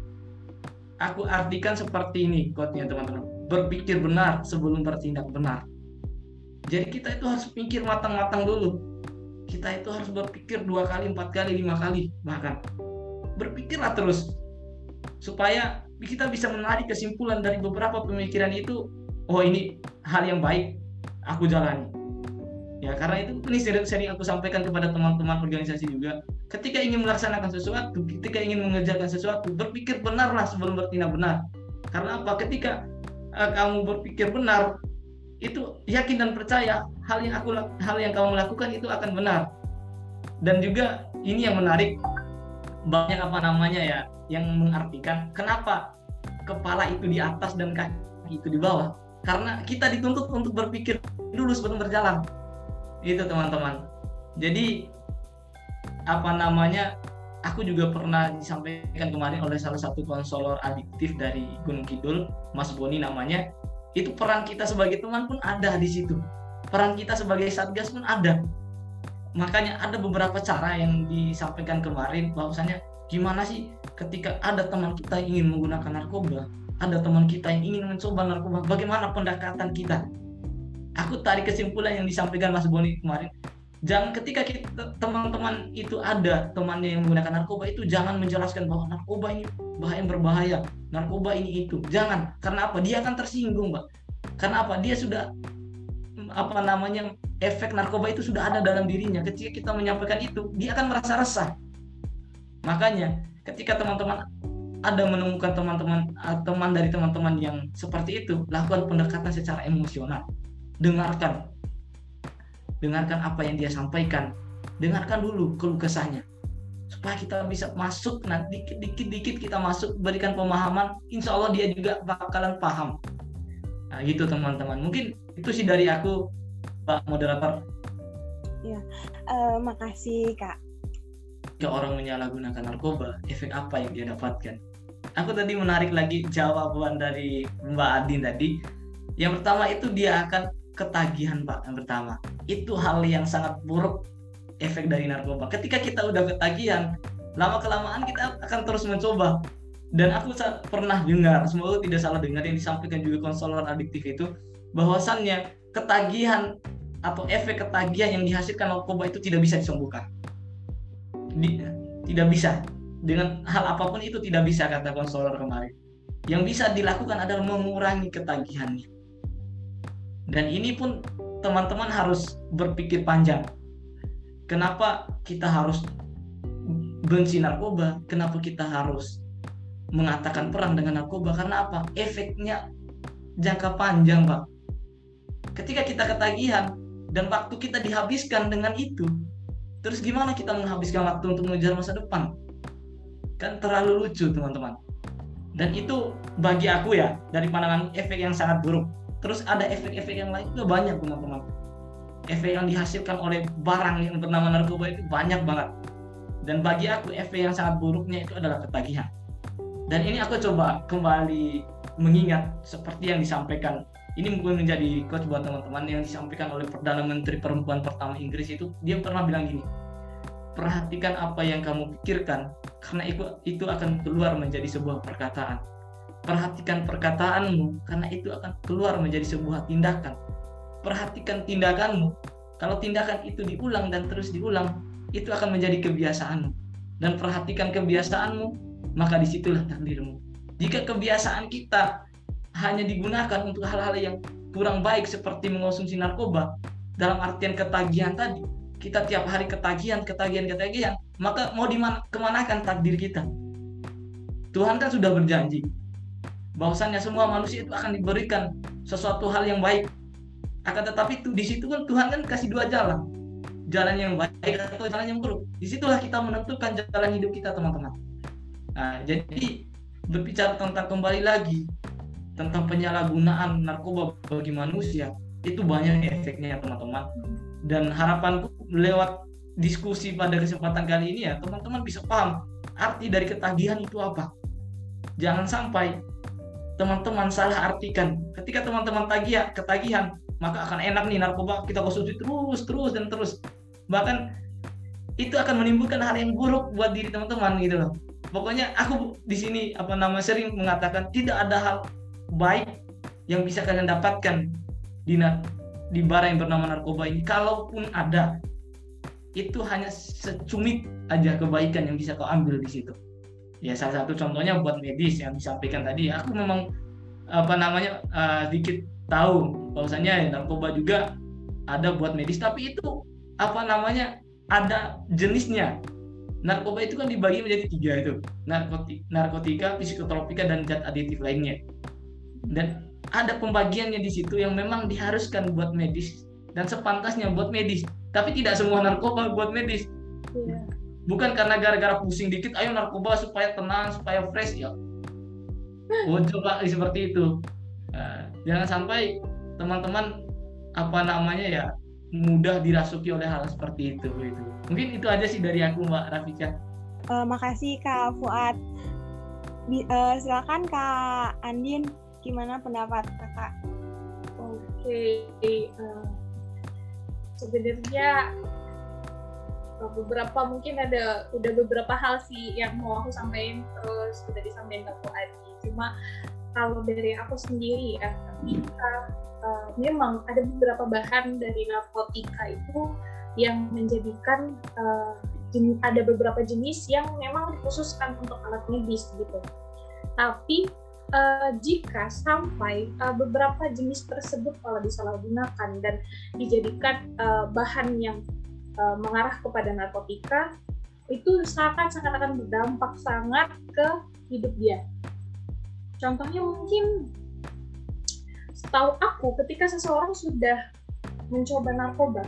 aku artikan seperti ini quote-nya, teman-teman. Berpikir benar sebelum bertindak benar. Jadi kita itu harus pikir matang-matang dulu. Kita itu harus berpikir 2 kali, 4 kali, 5 kali bahkan. Berpikirlah terus supaya kita bisa menarik kesimpulan dari beberapa pemikiran itu. Oh, ini hal yang baik, aku jalani. Ya, karena itu ini sering aku sampaikan kepada teman-teman organisasi juga. Ketika ingin melaksanakan sesuatu, ketika ingin mengerjakan sesuatu, berpikir benarlah sebelum bertindak benar. Karena apa? Ketika kamu berpikir benar, itu yakin dan percaya hal yang kamu lakukan itu akan benar. Dan juga ini yang menarik, banyak yang mengartikan kenapa kepala itu di atas dan kaki itu di bawah. karena kita dituntut untuk berpikir dulu sebelum berjalan. Itu teman-teman. Jadi aku juga pernah disampaikan kemarin oleh salah satu konselor adiktif dari Gunung Kidul, Mas Boni namanya. Itu peran kita sebagai teman pun ada di situ. Peran kita sebagai satgas pun ada. Makanya ada beberapa cara yang disampaikan kemarin, bahwasanya gimana sih ketika ada teman kita yang ingin menggunakan narkoba, ada teman kita yang ingin mencoba narkoba, bagaimana pendekatan kita. Aku tarik kesimpulan yang disampaikan Mas Boni kemarin. Jangan ketika teman-teman itu ada temannya yang menggunakan narkoba, itu jangan menjelaskan bahwa narkoba ini berbahaya, narkoba ini itu. Jangan. Karena apa? Dia akan tersinggung, Mbak. Karena apa? Dia sudah efek narkoba itu sudah ada dalam dirinya. Ketika kita menyampaikan itu, dia akan merasa resah. Makanya ketika teman-teman ada menemukan teman dari teman-teman yang seperti itu, lakukan pendekatan secara emosional. Dengarkan apa yang dia sampaikan. Dengarkan dulu keluh kesahnya, supaya kita bisa masuk. Nanti dikit-dikit kita masuk, berikan pemahaman, insya Allah dia juga bakalan paham. Nah gitu teman-teman, mungkin itu sih dari aku, Pak Moderator. Ya, makasih Kak. Jika orang menyalahgunakan narkoba, efek apa yang dia dapatkan? Aku tadi menarik lagi jawaban dari Mbak Adin tadi. Yang pertama itu dia akan ketagihan, Pak. Yang pertama itu hal yang sangat buruk, efek dari narkoba. Ketika kita udah ketagihan, lama kelamaan kita akan terus mencoba. Dan aku pernah dengar, semoga tidak salah dengar, yang disampaikan juga konselor adiktif itu, bahwasannya ketagihan atau efek ketagihan yang dihasilkan narkoba itu tidak bisa disembuhkan. Tidak bisa. Dengan hal apapun itu tidak bisa, kata konselor kemarin. Yang bisa dilakukan adalah mengurangi ketagihannya. Dan ini pun teman-teman harus berpikir panjang. Kenapa kita harus benci narkoba? Kenapa kita harus mengatakan perang dengan narkoba? Karena apa? Efeknya jangka panjang, Pak. Ketika kita ketagihan dan waktu kita dihabiskan dengan itu, terus gimana kita menghabiskan waktu untuk mengejar masa depan? Kan terlalu lucu, teman-teman. Dan itu bagi aku ya, dari pandangan efek yang sangat buruk. Terus ada efek-efek yang lain juga banyak, teman-teman. Efek yang dihasilkan oleh barang yang bernama narkoba itu banyak banget. Dan bagi aku efek yang sangat buruknya itu adalah ketagihan. Dan ini aku coba kembali mengingat seperti yang disampaikan. Ini mungkin menjadi quote buat teman-teman, yang disampaikan oleh Perdana Menteri Perempuan pertama Inggris itu. Dia pernah bilang gini, perhatikan apa yang kamu pikirkan, karena itu akan keluar menjadi sebuah perkataan. Perhatikan perkataanmu, karena itu akan keluar menjadi sebuah tindakan. Perhatikan tindakanmu, kalau tindakan itu diulang dan terus diulang, itu akan menjadi kebiasaanmu. Dan perhatikan kebiasaanmu, maka disitulah takdirmu. Jika kebiasaan kita hanya digunakan untuk hal-hal yang kurang baik seperti mengonsumsi narkoba, dalam artian ketagihan tadi, kita tiap hari ketagihan, maka mau kemanakan takdir kita? Tuhan kan sudah berjanji bahwasannya semua manusia itu akan diberikan sesuatu hal yang baik. Akan tetapi di situ kan Tuhan kan kasih dua jalan yang baik atau jalan yang buruk. Disitulah kita menentukan jalan hidup kita, teman-teman. Nah, jadi berbicara tentang kembali lagi tentang penyalahgunaan narkoba bagi manusia, itu banyak efeknya, teman-teman. Dan harapanku lewat diskusi pada kesempatan kali ini ya, teman-teman bisa paham arti dari ketagihan itu apa. Jangan sampai teman-teman salah artikan. Ketika teman-teman ketagihan, maka akan enak nih narkoba kita konsumsi terus. Bahkan itu akan menimbulkan hal yang buruk buat diri teman-teman gitu loh. Pokoknya aku di sini sering mengatakan tidak ada hal baik yang bisa kalian dapatkan di barang yang bernama narkoba ini. Kalaupun ada, itu hanya secumit aja kebaikan yang bisa kau ambil di situ. Ya salah satu contohnya buat medis yang disampaikan tadi. Aku memang sedikit tahu bahwasanya narkoba juga ada buat medis, tapi itu ada jenisnya. Narkoba itu kan dibagi menjadi 3 itu, narkotika, psikotropika, dan zat aditif lainnya. Dan ada pembagiannya di situ yang memang diharuskan buat medis dan sepantasnya buat medis. Tapi tidak semua narkoba buat medis. Bukan karena gara-gara pusing dikit, ayo narkoba supaya tenang, supaya fresh ya. Oh, coba seperti itu. Jangan sampai teman-teman mudah dirasuki oleh hal seperti itu. Mungkin itu aja sih dari aku, Mbak Rafika. Makasih Kak Fuad. Silakan Kak Andin, gimana pendapat Kakak? Oke, sebenarnya udah beberapa hal sih yang mau aku sampaikan, terus udah disampaikan ke Adi. Cuma kalau dari aku sendiri ya, memang ada beberapa bahan dari narkotika itu yang menjadikan ada beberapa jenis yang memang dikhususkan untuk alat medis gitu. Tapi jika sampai beberapa jenis tersebut kalau disalahgunakan dan dijadikan bahan yang mengarah kepada narkotika, itu sangat akan berdampak sangat ke hidup dia. Contohnya mungkin setahu aku, ketika seseorang sudah mencoba narkoba,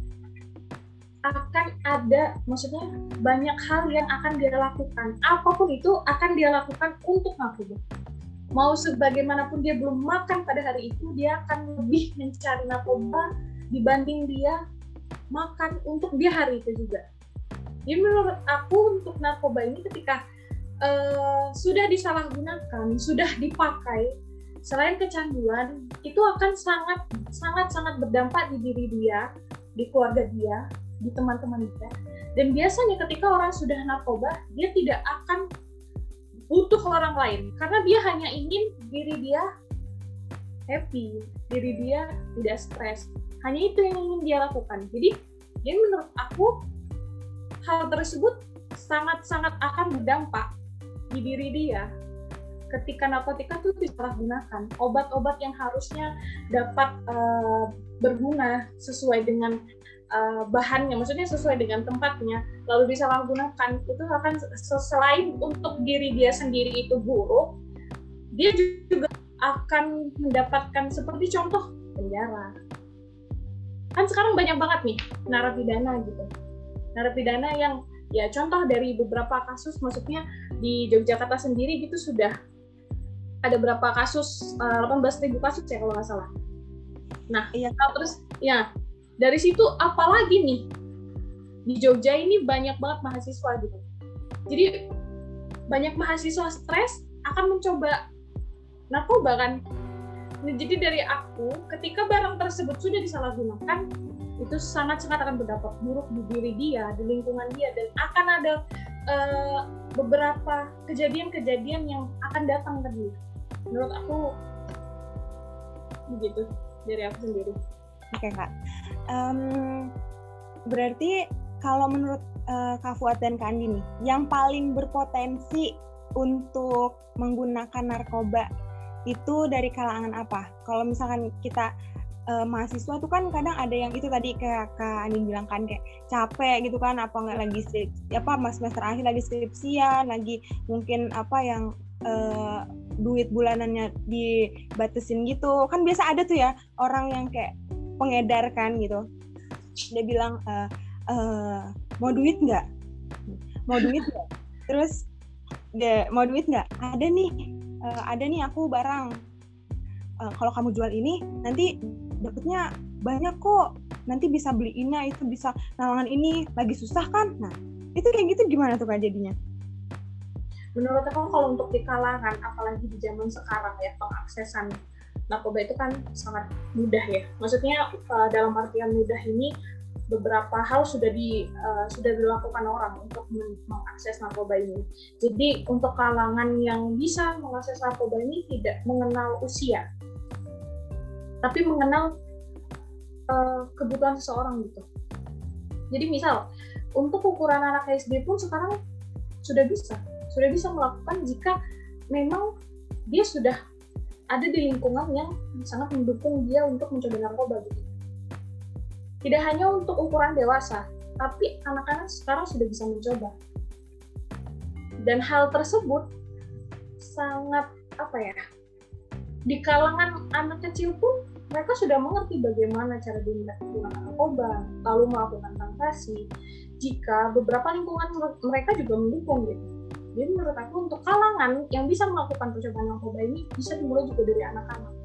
akan ada, maksudnya banyak hal yang akan dia lakukan. Apapun itu akan dia lakukan untuk narkoba. Mau sebagaimanapun dia belum makan pada hari itu, dia akan lebih mencari narkoba dibanding dia makan untuk dia hari itu juga. Jadi menurut aku untuk narkoba ini ketika sudah disalahgunakan, sudah dipakai, selain kecanduan, itu akan sangat berdampak di diri dia, di keluarga dia, di teman-teman dia. Dan biasanya ketika orang sudah narkoba, dia tidak akan butuh orang lain, karena dia hanya ingin diri dia happy, diri dia tidak stres. Hanya itu yang ingin dia lakukan. Jadi menurut aku hal tersebut sangat akan berdampak di diri dia ketika narkotika itu disalahgunakan. Obat-obat yang harusnya dapat berguna sesuai dengan bahannya, maksudnya sesuai dengan tempatnya, lalu disalahgunakan, itu akan selain untuk diri dia sendiri itu buruk, dia juga akan mendapatkan seperti contoh penjara. Kan sekarang banyak banget nih narapidana gitu, narapidana yang ya contoh dari beberapa kasus, maksudnya di Yogyakarta sendiri gitu sudah ada berapa kasus, 18.000 kasus ya kalau nggak salah. Nah, iya. Terus ya dari situ apalagi nih di Jogja ini banyak banget mahasiswa gitu. Jadi banyak mahasiswa stres akan mencoba narkoba kan. Nah, jadi dari aku ketika barang tersebut sudah disalahgunakan, itu sangat akan berdampak buruk di diri dia, di lingkungan dia, dan akan ada beberapa kejadian-kejadian yang akan datang ke dia. Menurut aku begitu dari aku sendiri. Oke Kak, berarti kalau menurut Kak Fuad dan Kak Andi nih, yang paling berpotensi untuk menggunakan narkoba itu dari kalangan apa? Kalau misalkan kita mahasiswa tuh kan kadang ada yang itu tadi kayak Kak Andi bilang kan, kayak capek gitu kan, apa nggak lagi semester akhir lagi skripsian, lagi mungkin yang duit bulanannya dibatasin gitu kan, biasa ada tuh ya orang yang kayak pengedar kan gitu, dia bilang mau duit nggak, terus dia mau duit nggak, ada nih aku barang, kalau kamu jual ini nanti dapatnya banyak kok, nanti bisa beli ini, itu bisa nalangan ini, lagi susah kan. Nah itu kayak gitu gimana tuh Kak jadinya? Menurut aku kalau untuk di kalangan, apalagi di zaman sekarang ya, pengaksesan narkoba itu kan sangat mudah ya. Maksudnya dalam artian mudah ini, beberapa hal sudah dilakukan orang untuk mengakses narkoba ini. Jadi untuk kalangan yang bisa mengakses narkoba ini tidak mengenal usia, tapi mengenal kebutuhan seseorang gitu. Jadi misal untuk ukuran anak SD pun sekarang sudah bisa melakukan jika memang dia sudah ada di lingkungan yang sangat mendukung dia untuk mencoba narkoba gitu. Tidak hanya untuk ukuran dewasa, tapi anak-anak sekarang sudah bisa mencoba. Dan hal tersebut sangat di kalangan anak kecil pun mereka sudah mengerti bagaimana cara menggunakan narkoba, lalu melakukan transaksi, jika beberapa lingkungan mereka juga mendukung gitu. Jadi menurut aku untuk kalangan yang bisa melakukan percobaan narkoba ini bisa dimulai juga dari anak-anak.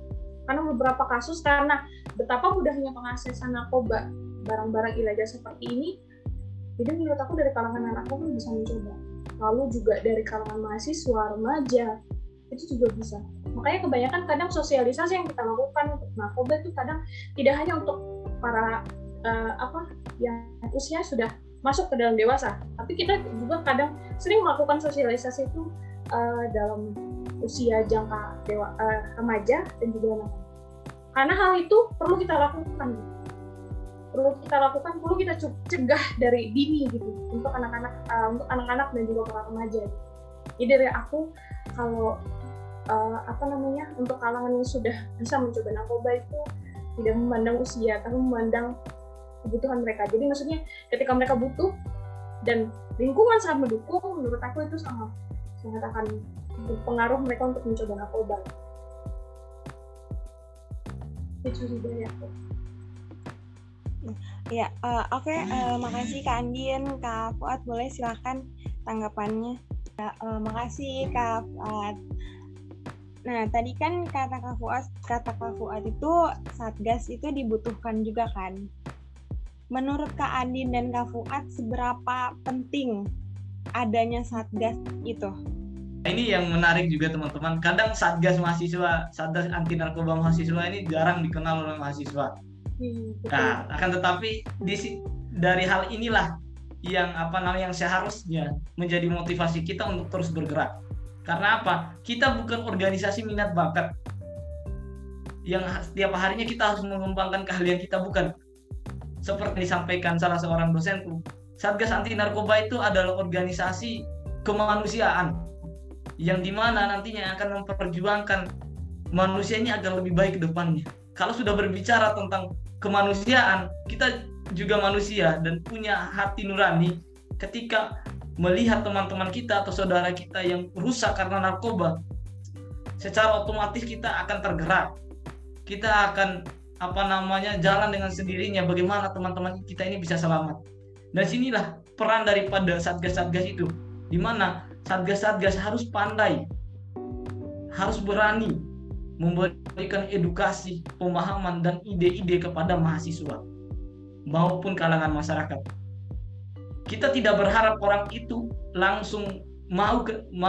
Karena beberapa kasus, karena betapa mudahnya pengaksesan narkoba barang-barang ilegal seperti ini, jadi menurut aku dari kalangan anak pun bisa mencoba. Lalu juga dari kalangan mahasiswa, remaja, itu juga bisa. Makanya kebanyakan kadang sosialisasi yang kita lakukan untuk narkoba itu kadang tidak hanya untuk para yang usia sudah masuk ke dalam dewasa, tapi kita juga kadang sering melakukan sosialisasi itu dalam usia jangka remaja dan juga anak. Karena hal itu perlu kita lakukan, perlu kita cegah dari dini gitu untuk anak-anak dan juga para remaja. Jadi dari aku, kalau untuk kalangan yang sudah bisa mencoba narkoba itu tidak memandang usia, tapi memandang kebutuhan mereka. Jadi maksudnya ketika mereka butuh dan lingkungan sangat mendukung, menurut aku itu sangat akan berpengaruh mereka untuk mencoba narkoba. Itu sih dari aku. Ya, oke. Makasih Kak Andien. Kak Fuad, boleh silakan tanggapannya. Makasih Kak Fuad. Nah, tadi kan kata Kak Fuad itu Satgas itu dibutuhkan juga kan? Menurut Kak Andien dan Kak Fuad, seberapa penting adanya Satgas itu? Ini yang menarik juga teman-teman. Kadang Satgas anti narkoba mahasiswa ini jarang dikenal oleh mahasiswa. Nah, akan tetapi dari hal inilah yang seharusnya menjadi motivasi kita untuk terus bergerak. Karena apa? Kita bukan organisasi minat bakat yang setiap harinya kita harus mengembangkan keahlian kita, bukan. Seperti disampaikan salah seorang dosenku, Satgas anti narkoba itu adalah organisasi kemanusiaan yang dimana nantinya akan memperjuangkan manusia ini agar lebih baik ke depannya. Kalau sudah berbicara tentang kemanusiaan, kita juga manusia dan punya hati nurani. Ketika melihat teman-teman kita atau saudara kita yang rusak karena narkoba, secara otomatis kita akan tergerak. Kita akan jalan dengan sendirinya bagaimana teman-teman kita ini bisa selamat. Dan sinilah peran daripada Satgas-Satgas itu, di mana Satgas-Satgas harus pandai, harus berani memberikan edukasi, pemahaman dan ide-ide kepada mahasiswa maupun kalangan masyarakat. Kita tidak berharap orang itu langsung mau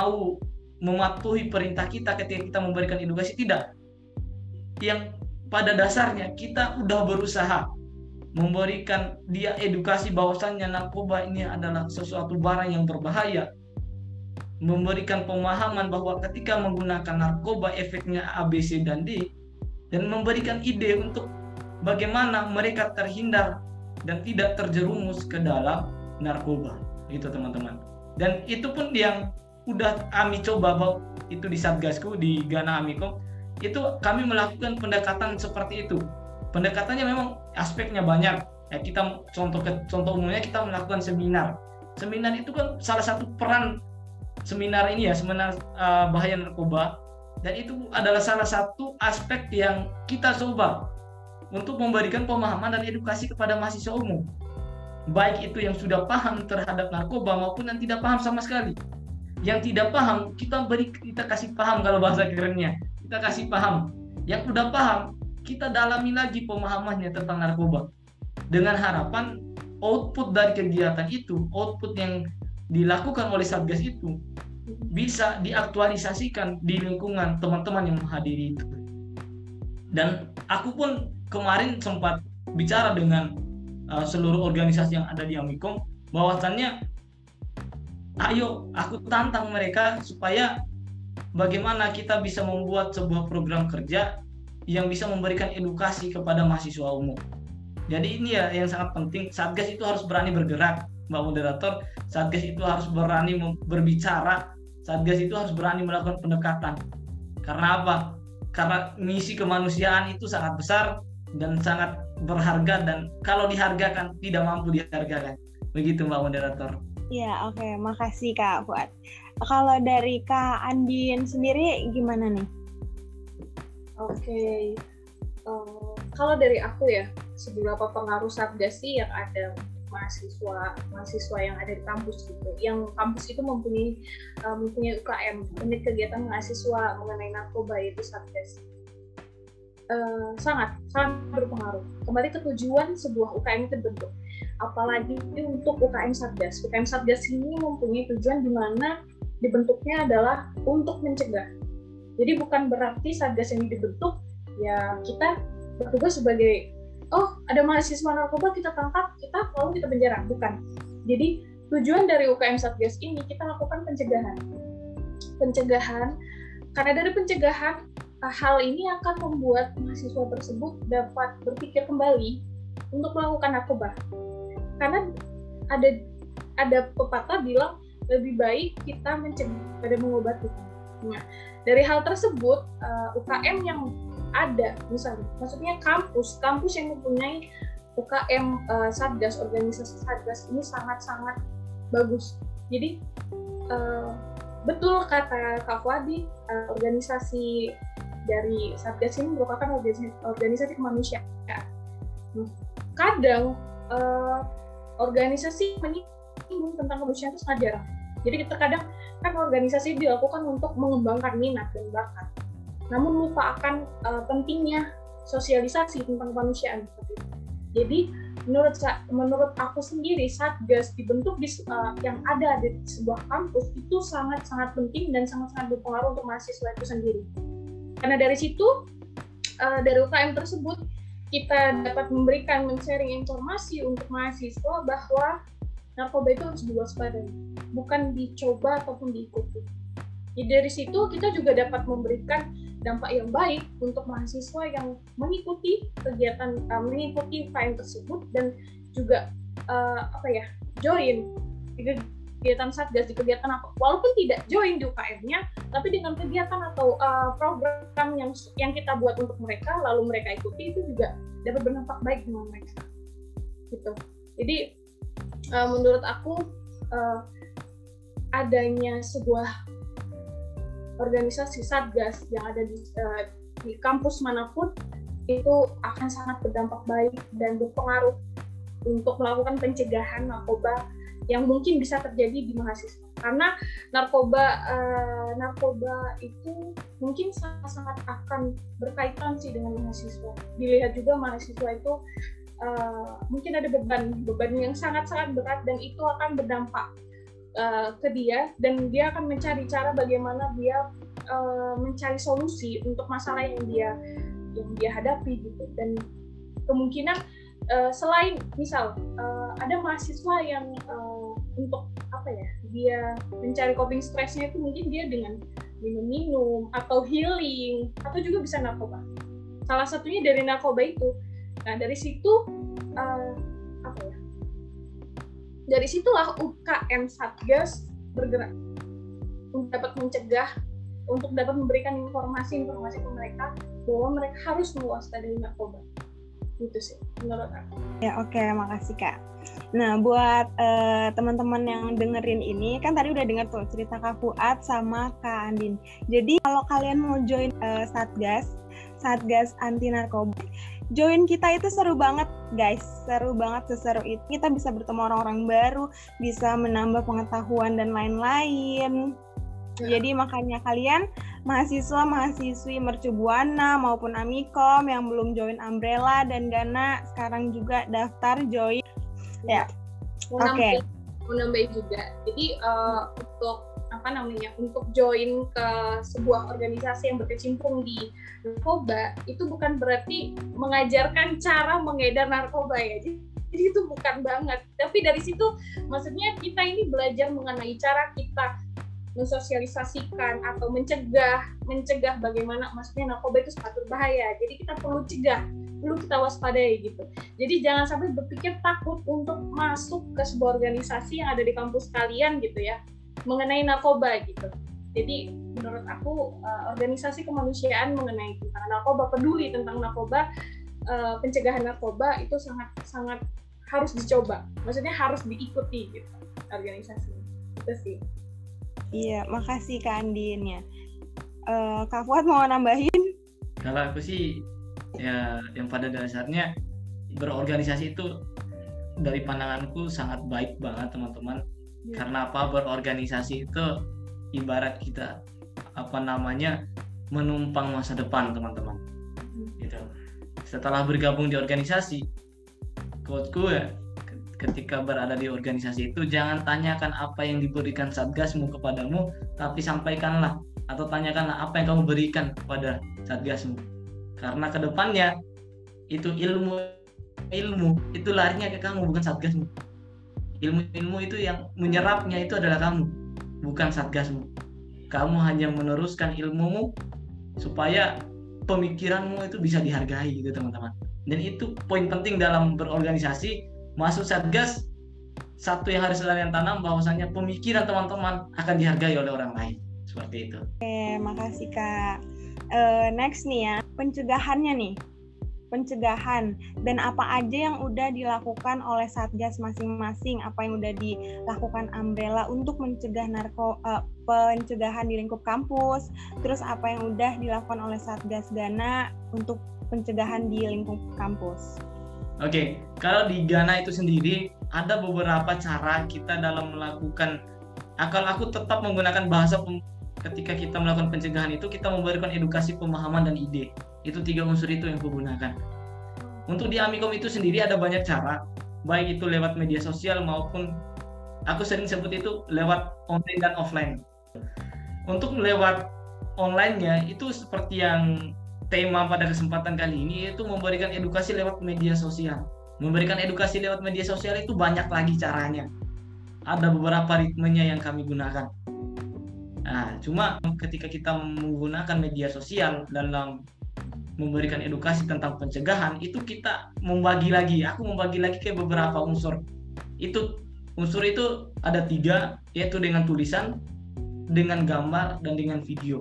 mematuhi perintah kita ketika kita memberikan edukasi, tidak. Yang pada dasarnya kita udah berusaha memberikan dia edukasi bahwasannya narkoba ini adalah sesuatu barang yang berbahaya, memberikan pemahaman bahwa ketika menggunakan narkoba efeknya A, B, C, dan D, dan memberikan ide untuk bagaimana mereka terhindar dan tidak terjerumus ke dalam narkoba, gitu teman-teman. Dan itu pun yang udah kami coba, itu di Satgasku di Ghana Amikom, itu kami melakukan pendekatan seperti itu. Pendekatannya memang aspeknya banyak. Ya, kita contoh umumnya kita melakukan seminar. Seminar itu kan salah satu peran seminar ini ya, seminar bahaya narkoba, dan itu adalah salah satu aspek yang kita coba untuk memberikan pemahaman dan edukasi kepada mahasiswa umum, baik itu yang sudah paham terhadap narkoba maupun yang tidak paham sama sekali. Yang tidak paham kita kasih paham, kalau bahasa kerennya kita kasih paham. Yang sudah paham kita dalami lagi pemahamannya tentang narkoba, dengan harapan output dari kegiatan itu, output yang dilakukan oleh Satgas itu bisa diaktualisasikan di lingkungan teman-teman yang menghadiri itu. Dan aku pun kemarin sempat bicara dengan seluruh organisasi yang ada di Amikom, bahwasannya ayo aku tantang mereka supaya bagaimana kita bisa membuat sebuah program kerja yang bisa memberikan edukasi kepada mahasiswa umum. Jadi ini ya yang sangat penting, Satgas itu harus berani bergerak, Mbak Moderator. Satgas itu harus berani berbicara, Satgas itu harus berani melakukan pendekatan. Karena apa? Karena misi kemanusiaan itu sangat besar dan sangat berharga, dan kalau dihargakan tidak mampu dihargakan. Begitu Mbak Moderator. Iya, oke. Makasih Kak Fuad. Kalau dari Kak Andien sendiri gimana nih? Oke. Kalau dari aku ya, seberapa pengaruh Satgas sih yang ada mahasiswa yang ada di kampus gitu. Yang kampus itu mempunyai UKM, unit kegiatan mahasiswa mengenai narkoba, yaitu Satgas. sangat berpengaruh. Kembali ke tujuan sebuah UKM itu terbentuk. Apalagi untuk UKM Satgas. UKM Satgas ini mempunyai tujuan di mana dibentuknya adalah untuk mencegah. Jadi bukan berarti Satgas ini dibentuk ya kita bertugas sebagai ada mahasiswa narkoba kita tangkap, kita penjara, bukan. Jadi tujuan dari UKM Satgas ini kita lakukan pencegahan. Karena dari pencegahan hal ini akan membuat mahasiswa tersebut dapat berpikir kembali untuk melakukan narkoba. Karena ada pepatah bilang lebih baik kita mencegah daripada mengobati. Nah, dari hal tersebut UKM yang ada misalnya, maksudnya kampus yang mempunyai UKM Satgas, organisasi Satgas ini sangat-sangat bagus. Jadi betul kata Kak Fuadi, organisasi dari Satgas ini merupakan organisasi kemanusiaan. Kadang organisasi menyinggung tentang kemanusiaan itu sangat jarang. Jadi terkadang kan organisasi dilakukan untuk mengembangkan minat dan bakat, namun lupa akan pentingnya sosialisasi tentang kemanusiaan. Jadi menurut aku sendiri Satgas dibentuk yang ada di sebuah kampus itu sangat-sangat penting dan sangat-sangat berpengaruh untuk mahasiswa itu sendiri. Karena dari situ, dari UKM tersebut, kita dapat men-sharing informasi untuk mahasiswa bahwa narkoba itu harus diwaspadai, bukan dicoba ataupun diikuti. Jadi dari situ kita juga dapat memberikan dampak yang baik untuk mahasiswa yang mengikuti mengikuti UKM tersebut dan juga join kegiatan Satgas, di kegiatan apa, walaupun tidak join di UKM-nya, tapi dengan kegiatan atau program yang kita buat untuk mereka, lalu mereka ikuti, itu juga dapat berdampak baik dengan mereka. Gitu. Jadi menurut aku adanya sebuah organisasi Satgas yang ada di kampus manapun itu akan sangat berdampak baik dan berpengaruh untuk melakukan pencegahan narkoba yang mungkin bisa terjadi di mahasiswa. Karena narkoba itu mungkin sangat akan berkaitan sih dengan mahasiswa. Dilihat juga mahasiswa itu mungkin ada beban yang sangat-sangat berat dan itu akan berdampak ke dia, dan dia akan mencari cara bagaimana dia mencari solusi untuk masalah yang dia hadapi gitu. Dan kemungkinan selain misal ada mahasiswa yang untuk dia mencari coping stressnya itu mungkin dia dengan minum atau healing atau juga bisa narkoba. Salah satunya dari narkoba itu. Nah dari situ dari situlah UKM Satgas bergerak untuk dapat mencegah, untuk dapat memberikan informasi ke mereka bahwa mereka harus mewaspadai narkoba. Gitu sih menurut aku. Ya oke, makasih Kak. Nah buat teman-teman yang dengerin ini, kan tadi udah dengar tuh cerita Kak Fuad sama Kak Andin. Jadi kalau kalian mau join Satgas anti narkoba, join kita itu seru banget guys, seseru itu. Kita bisa bertemu orang-orang baru, bisa menambah pengetahuan dan lain-lain. Jadi makanya kalian mahasiswa-mahasiswi Mercu Buana maupun Amikom yang belum join Umbrella dan Gana sekarang juga daftar join. Ya. Oke. Mau nambahin juga. Jadi untuk join ke sebuah organisasi yang berkecimpung di narkoba itu bukan berarti mengajarkan cara mengedar narkoba ya. Jadi itu bukan banget. Tapi dari situ maksudnya kita ini belajar mengenai cara kita mensosialisasikan atau mencegah bagaimana maksudnya narkoba itu sangat berbahaya. Jadi kita perlu kita waspadai gitu. Jadi jangan sampai berpikir takut untuk masuk ke sebuah organisasi yang ada di kampus kalian gitu ya, mengenai narkoba gitu. Jadi menurut aku organisasi kemanusiaan mengenai tentang narkoba, peduli tentang narkoba, pencegahan narkoba itu sangat harus dicoba. Maksudnya harus diikuti gitu organisasi. Itu sih. Iya, makasih Kak Andin ya. Kak Fuad mau nambahin? Kalau aku sih ya yang pada dasarnya berorganisasi itu dari pandanganku sangat baik banget teman-teman. Ya. Karena apa? Berorganisasi itu ibarat kita menumpang masa depan teman-teman. gitu. Setelah bergabung di organisasi, quoteku ya, ketika berada di organisasi itu jangan tanyakan apa yang diberikan satgasmu kepadamu, tapi sampaikanlah atau tanyakanlah apa yang kamu berikan kepada satgasmu. Karena kedepannya itu ilmu itu larinya ke kamu, bukan satgasmu. Ilmu itu yang menyerapnya itu adalah kamu, bukan satgasmu. Kamu hanya meneruskan ilmumu supaya pemikiranmu itu bisa dihargai gitu teman-teman. Dan itu poin penting dalam berorganisasi. Masuk satgas, satu yang harus kalian tanam bahwasanya pemikiran teman-teman akan dihargai oleh orang lain. Seperti itu. Oke, makasih Kak. Next nih ya, pencegahannya nih. Pencegahan dan apa aja yang udah dilakukan oleh satgas masing-masing, apa yang udah dilakukan Umbrella untuk mencegah pencegahan di lingkup kampus, terus apa yang udah dilakukan oleh Satgas Ghana untuk pencegahan di lingkup kampus. Oke, kalau di Ghana itu sendiri ada beberapa cara kita dalam melakukan. Kalau aku tetap menggunakan bahasa ketika kita melakukan pencegahan itu, kita memberikan edukasi, pemahaman, dan ide. Itu 3 unsur itu yang aku gunakan. Untuk di Amikom itu sendiri ada banyak cara, baik itu lewat media sosial maupun aku sering sebut itu lewat online dan offline. Untuk lewat online-nya itu seperti yang tema pada kesempatan kali ini, itu memberikan edukasi lewat media sosial. Memberikan edukasi lewat media sosial itu banyak lagi caranya. Ada beberapa ritmenya yang kami gunakan. Nah, cuma ketika kita menggunakan media sosial dalam memberikan edukasi tentang pencegahan, itu kita membagi lagi. Aku membagi lagi ke beberapa unsur. Unsur itu ada 3, yaitu dengan tulisan, dengan gambar, dan dengan video.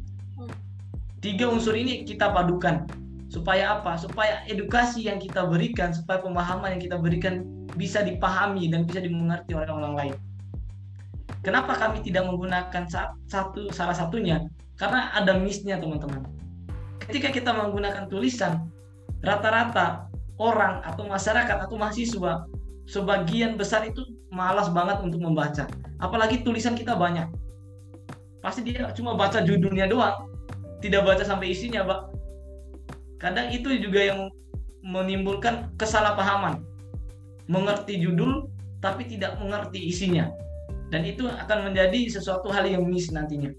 3 unsur ini kita padukan. Supaya apa? Supaya edukasi yang kita berikan, supaya pemahaman yang kita berikan bisa dipahami dan bisa dimengerti oleh orang lain. Kenapa kami tidak menggunakan salah satunya? Karena ada miss-nya teman-teman. Ketika kita menggunakan tulisan, rata-rata orang atau masyarakat atau mahasiswa sebagian besar itu malas banget untuk membaca. Apalagi tulisan kita banyak. Pasti dia cuma baca judulnya doang, tidak baca sampai isinya, Pak. Kadang itu juga yang menimbulkan kesalahpahaman. Mengerti judul tapi tidak mengerti isinya. Dan itu akan menjadi sesuatu hal yang miss nantinya.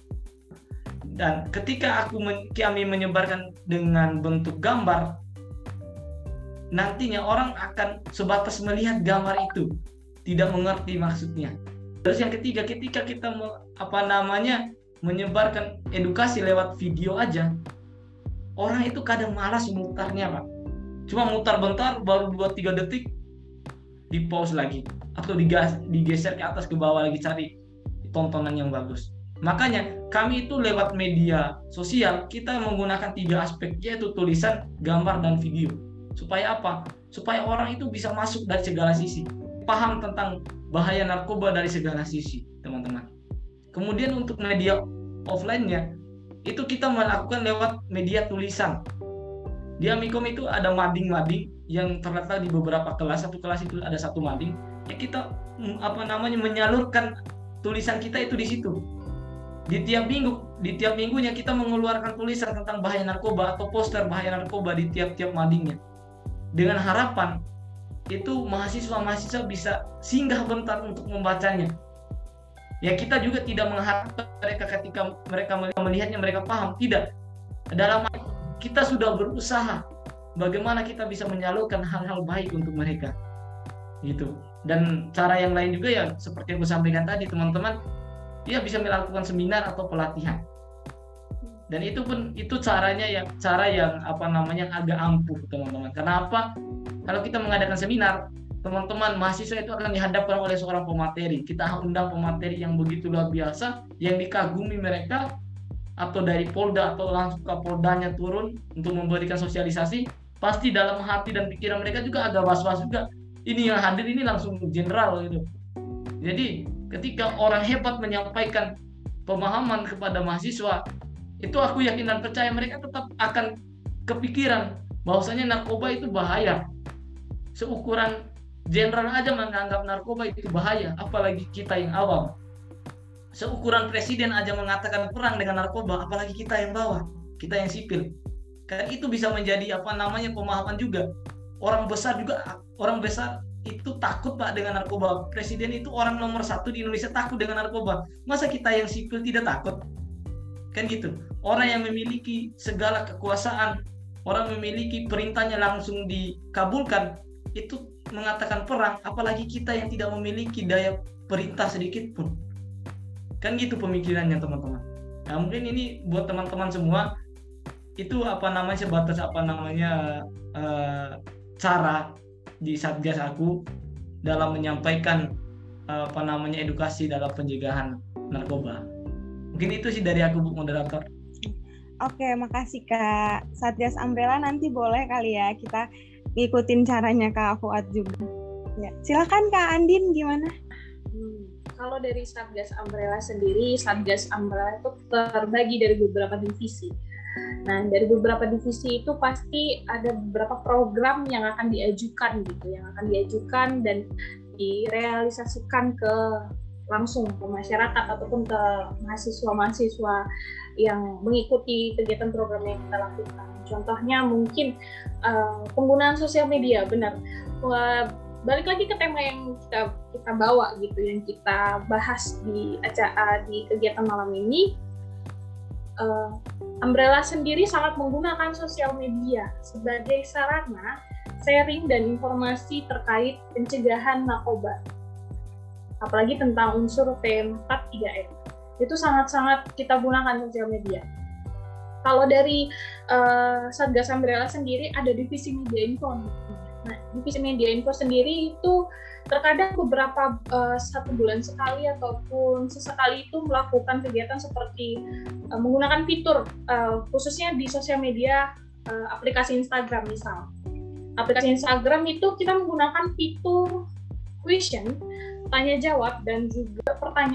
Dan ketika kami menyebarkan dengan bentuk gambar, nantinya orang akan sebatas melihat gambar itu, tidak mengerti maksudnya. Terus yang ketiga, ketika kita menyebarkan edukasi lewat video aja, orang itu kadang malas mutarnya, Pak. Cuma mutar bentar, baru 2-3 detik, di pause lagi. Atau digeser ke atas ke bawah lagi cari tontonan yang bagus. Makanya kami itu lewat media sosial, kita menggunakan 3 aspek, yaitu tulisan, gambar, dan video. Supaya apa? Supaya orang itu bisa masuk dari segala sisi. Paham tentang bahaya narkoba dari segala sisi, teman-teman. Kemudian untuk media offline-nya, itu kita melakukan lewat media tulisan. Di Amikom itu ada mading-mading yang terletak di beberapa kelas. Satu kelas itu ada 1 mading. Ya kita menyalurkan tulisan kita itu di situ. Di tiap minggunya kita mengeluarkan tulisan tentang bahaya narkoba atau poster bahaya narkoba di tiap-tiap madingnya. Dengan harapan itu mahasiswa-mahasiswa bisa singgah bentar untuk membacanya. Ya kita juga tidak mengharapkan mereka ketika mereka melihatnya mereka paham, tidak. Dalam kita sudah berusaha bagaimana kita bisa menyalurkan hal-hal baik untuk mereka. Gitu. Dan cara yang lain juga ya seperti yang aku sampaikan tadi, teman-teman, dia bisa melakukan seminar atau pelatihan. Dan itu cara yang agak ampuh, teman-teman. Kenapa? Kalau kita mengadakan seminar, teman-teman mahasiswa itu akan dihadapkan oleh seorang pemateri. Kita undang pemateri yang begitu luar biasa, yang dikagumi mereka, atau dari Polda atau langsung ke Poldanya turun untuk memberikan sosialisasi. Pasti dalam hati dan pikiran mereka juga agak was-was juga. Ini yang hadir ini langsung jenderal gitu. Jadi ketika orang hebat menyampaikan pemahaman kepada mahasiswa, itu aku yakin dan percaya mereka tetap akan kepikiran bahwasanya narkoba itu bahaya. Seukuran jenderal aja menganggap narkoba itu bahaya, apalagi kita yang awam. Seukuran presiden aja mengatakan perang dengan narkoba, apalagi kita yang bawah, kita yang sipil. Kan itu bisa menjadi pemahaman juga. Orang besar itu takut Pak dengan narkoba. Presiden itu orang nomor 1 di Indonesia takut dengan narkoba. Masa kita yang sipil tidak takut? Kan gitu. Orang yang memiliki segala kekuasaan, orang memiliki perintahnya langsung dikabulkan, itu mengatakan perang, apalagi kita yang tidak memiliki daya perintah sedikit pun. Kan gitu pemikirannya teman-teman. Nah, mungkin ini buat teman-teman semua itu sebatas cara di Satgas aku dalam menyampaikan edukasi dalam pencegahan narkoba. Mungkin itu sih dari aku, Bu Moderator. Oke, makasih Kak. Satgas Umbrella nanti boleh kali ya kita ngikutin caranya Kak Fuad juga. Ya, silakan Kak Andin, gimana? Kalau dari Satgas Umbrella sendiri, Satgas Umbrella itu terbagi dari beberapa divisi. Nah, dari beberapa divisi itu pasti ada beberapa program yang akan diajukan dan direalisasikan langsung ke masyarakat ataupun ke mahasiswa-mahasiswa yang mengikuti kegiatan program yang kita lakukan. Contohnya mungkin penggunaan sosial media, benar. Balik lagi ke tema yang kita bawa gitu, yang kita bahas di kegiatan malam ini. Umbrella sendiri sangat menggunakan sosial media sebagai sarana sharing dan informasi terkait pencegahan narkoba. Apalagi tentang unsur P4-3M. Itu sangat-sangat kita gunakan sosial media. Kalau dari Satgas Umbrella sendiri ada divisi media info. Nah, divisi media info sendiri itu terkadang beberapa 1 bulan sekali ataupun sesekali itu melakukan kegiatan seperti menggunakan fitur khususnya di sosial media aplikasi Instagram misal. Aplikasi Instagram itu kita menggunakan fitur question, tanya jawab, dan juga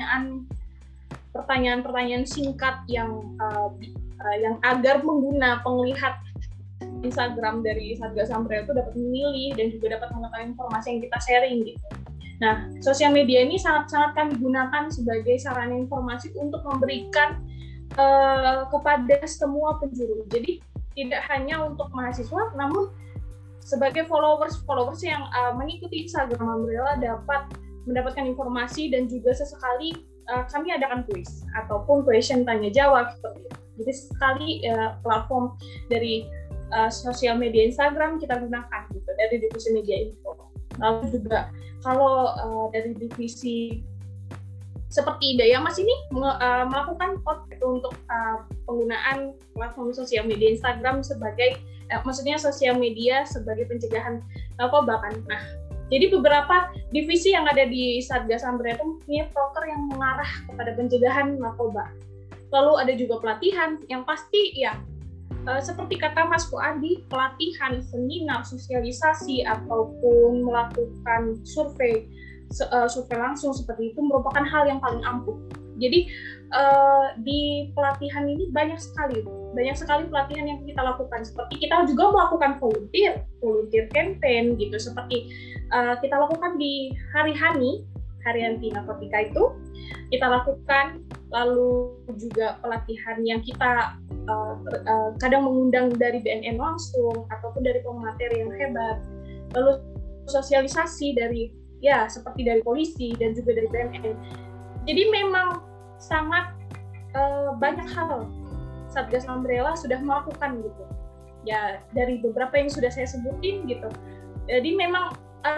pertanyaan singkat yang agar penglihat Instagram dari Satgas Umbrella itu dapat memilih dan juga dapat mengetahui informasi yang kita sharing gitu. Nah, sosial media ini sangat-sangat kami gunakan sebagai sarana informasi untuk memberikan kepada semua penjuru. Jadi tidak hanya untuk mahasiswa, namun sebagai followers yang mengikuti Instagram Umbrella dapat mendapatkan informasi, dan juga sesekali kami adakan kuis ataupun question tanya jawab seperti itu. Jadi sekali platform dari sosial media Instagram kita gunakan gitu dari divisi media info. Lalu juga kalau dari divisi seperti Daya Mas ini melakukan untuk penggunaan platform sosial media Instagram sebagai maksudnya sosial media sebagai pencegahan narkoba kan. Nah, jadi beberapa divisi yang ada di Satgas Umbrella itu punya proker yang mengarah kepada pencegahan narkoba. Lalu ada juga pelatihan yang pasti ya seperti kata Mas Fuadi, pelatihan, seminar, sosialisasi ataupun melakukan survei langsung seperti itu merupakan hal yang paling ampuh. Jadi di pelatihan ini banyak sekali pelatihan yang kita lakukan. Seperti kita juga melakukan volunteer campaign gitu. Seperti kita lakukan di hari anti narkotika itu kita lakukan. Lalu juga pelatihan yang kita kadang mengundang dari BNN langsung ataupun dari pemateri yang hebat. Lalu sosialisasi seperti dari polisi dan juga dari BNN. Jadi memang sangat banyak hal Satgas Umbrella sudah melakukan gitu. Ya dari beberapa yang sudah saya sebutin gitu. Jadi memang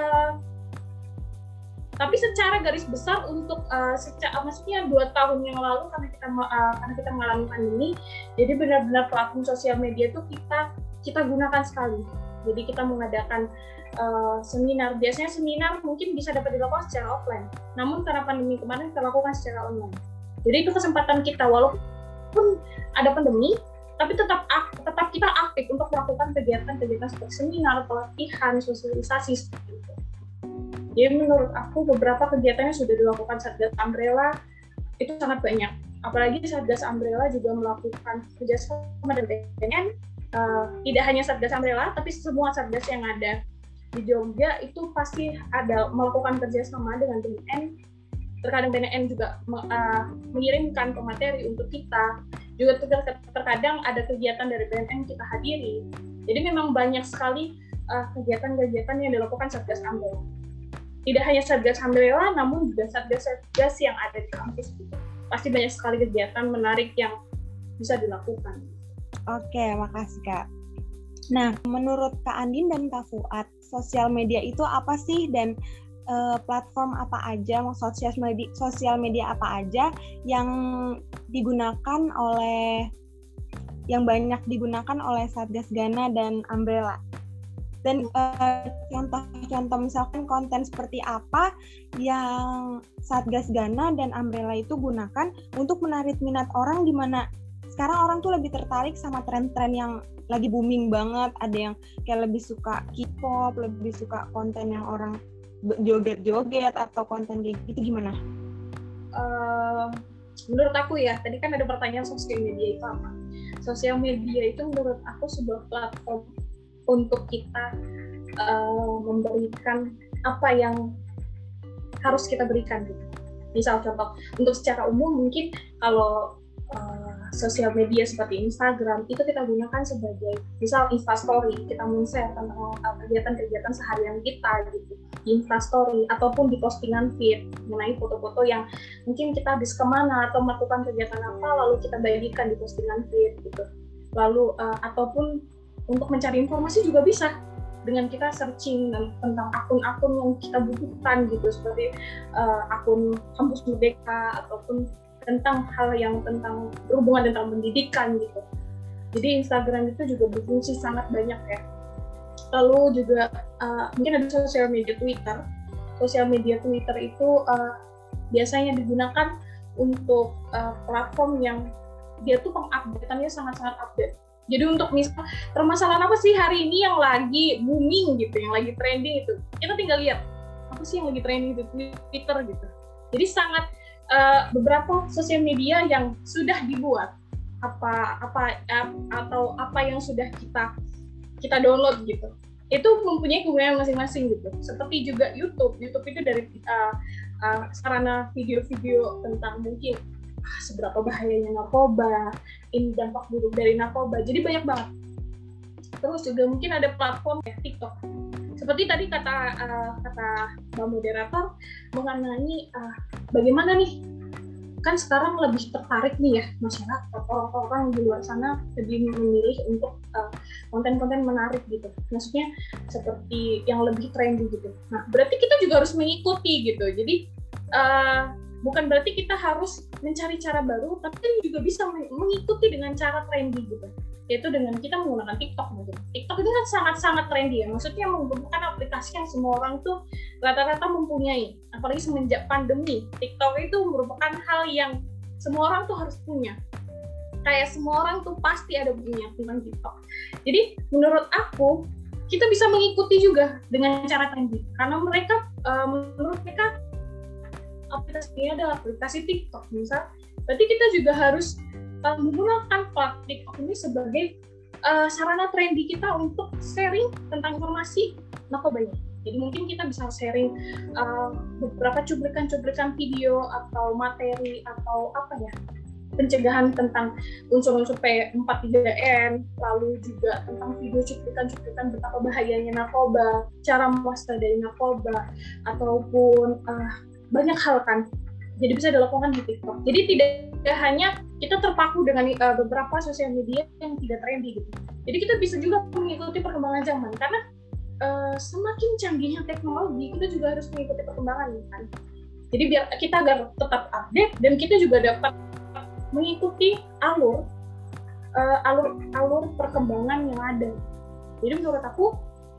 tapi secara garis besar untuk maksudnya 2 tahun yang lalu karena kita mengalami pandemi, jadi benar-benar platform sosial media itu kita gunakan sekali. Jadi kita mengadakan seminar. Biasanya seminar mungkin bisa dapat dilakukan secara offline. Namun karena pandemi kemarin kita lakukan secara online. Jadi itu kesempatan kita walaupun ada pandemi, tapi tetap kita aktif untuk melakukan kegiatan-kegiatan seperti seminar, pelatihan, sosialisasi seperti itu. Jadi menurut aku beberapa kegiatan yang sudah dilakukan Satgas Umbrella itu sangat banyak. Apalagi Satgas Umbrella juga melakukan kerjasama dengan BNN. Tidak hanya Satgas Umbrella, tapi semua Satgas yang ada di Jogja itu pasti ada melakukan kerjasama dengan BNN. Terkadang BNN juga mengirimkan pemateri untuk kita. juga terkadang ada kegiatan dari BNN kita hadiri. Jadi memang banyak sekali kegiatan-kegiatan yang dilakukan Satgas Umbrella. Tidak hanya Satgas Umbrella, namun juga Satgas-Satgas yang ada di kampus gitu. Pasti banyak sekali kegiatan menarik yang bisa dilakukan. Oke, makasih Kak. Nah, menurut Kak Andin dan Kak Fuad, sosial media itu apa sih dan platform apa aja, sosial media apa aja yang banyak digunakan oleh Satgas Ghana dan Umbrella? Dan contoh-contoh misalkan konten seperti apa yang Satgas Ghana dan Umbrella itu gunakan untuk menarik minat orang, di mana sekarang orang tuh lebih tertarik sama tren-tren yang lagi booming banget. Ada yang kayak lebih suka K-pop, lebih suka konten yang orang joget-joget atau konten kayak gitu, gimana? Menurut aku ya, tadi kan ada pertanyaan sosial media itu apa? Sosial media itu menurut aku sebuah platform untuk kita memberikan apa yang harus kita berikan gitu. Misal contoh, untuk secara umum mungkin kalau sosial media seperti Instagram itu kita gunakan sebagai misal Instastory, kita men-share tentang kegiatan-kegiatan seharian kita gitu di Instastory, ataupun di postingan feed mengenai foto-foto yang mungkin kita habis kemana atau melakukan kegiatan apa lalu kita bagikan di postingan feed gitu. Lalu ataupun untuk mencari informasi juga bisa dengan kita searching tentang akun-akun yang kita butuhkan gitu, seperti akun Kampus Merdeka ataupun tentang hal yang berhubungan tentang pendidikan gitu. Jadi Instagram itu juga berfungsi sangat banyak ya. Lalu juga mungkin ada sosial media Twitter. Sosial media Twitter itu biasanya digunakan untuk platform yang dia tuh pengupdateannya sangat-sangat update. Jadi untuk misal permasalahan apa sih hari ini yang lagi booming gitu, yang lagi trending itu, kita tinggal lihat apa sih yang lagi trending di Twitter gitu. Jadi sangat beberapa sosial media yang sudah dibuat atau apa yang sudah kita download gitu, itu mempunyai kegunaan masing-masing gitu. Seperti juga YouTube itu dari sarana video-video tentang mungkin seberapa bahayanya narkoba, ini dampak buruk dari narkoba, jadi banyak banget. Terus juga mungkin ada platform ya, TikTok. Seperti tadi kata Mbak Moderator mengenai bagaimana nih, kan sekarang lebih tertarik nih ya masyarakat, orang-orang di luar sana lebih memilih untuk konten-konten menarik gitu. Maksudnya seperti yang lebih trendy gitu. Nah, berarti kita juga harus mengikuti gitu. Jadi bukan berarti kita harus mencari cara baru, tapi juga bisa mengikuti dengan cara trendy gitu. Yaitu dengan kita menggunakan TikTok gitu. TikTok itu kan sangat-sangat trendy ya. Maksudnya merupakan aplikasi yang semua orang tuh rata-rata mempunyai. Apalagi semenjak pandemi, TikTok itu merupakan hal yang semua orang tuh harus punya. Kayak semua orang tuh pasti ada punya tentang TikTok. Jadi menurut aku, kita bisa mengikuti juga dengan cara trendy. Karena menurut mereka aplikasinya adalah aplikasi TikTok misal, berarti kita juga harus menggunakan TikTok ini sebagai sarana trendy kita untuk sharing tentang informasi narkoba. Jadi mungkin kita bisa sharing beberapa cuplikan-cuplikan video atau materi atau pencegahan tentang unsur-unsur P43N, lalu juga tentang video cuplikan-cuplikan betapa bahayanya narkoba, cara mewaspadai narkoba, ataupun banyak hal kan. Jadi bisa dilakukan di TikTok. Jadi tidak hanya kita terpaku dengan beberapa sosial media yang tidak trendy gitu. Jadi kita bisa juga mengikuti perkembangan zaman, karena semakin canggihnya teknologi, kita juga harus mengikuti perkembangan kan. Jadi biar kita agar tetap update dan kita juga dapat mengikuti alur perkembangan yang ada. Jadi menurut aku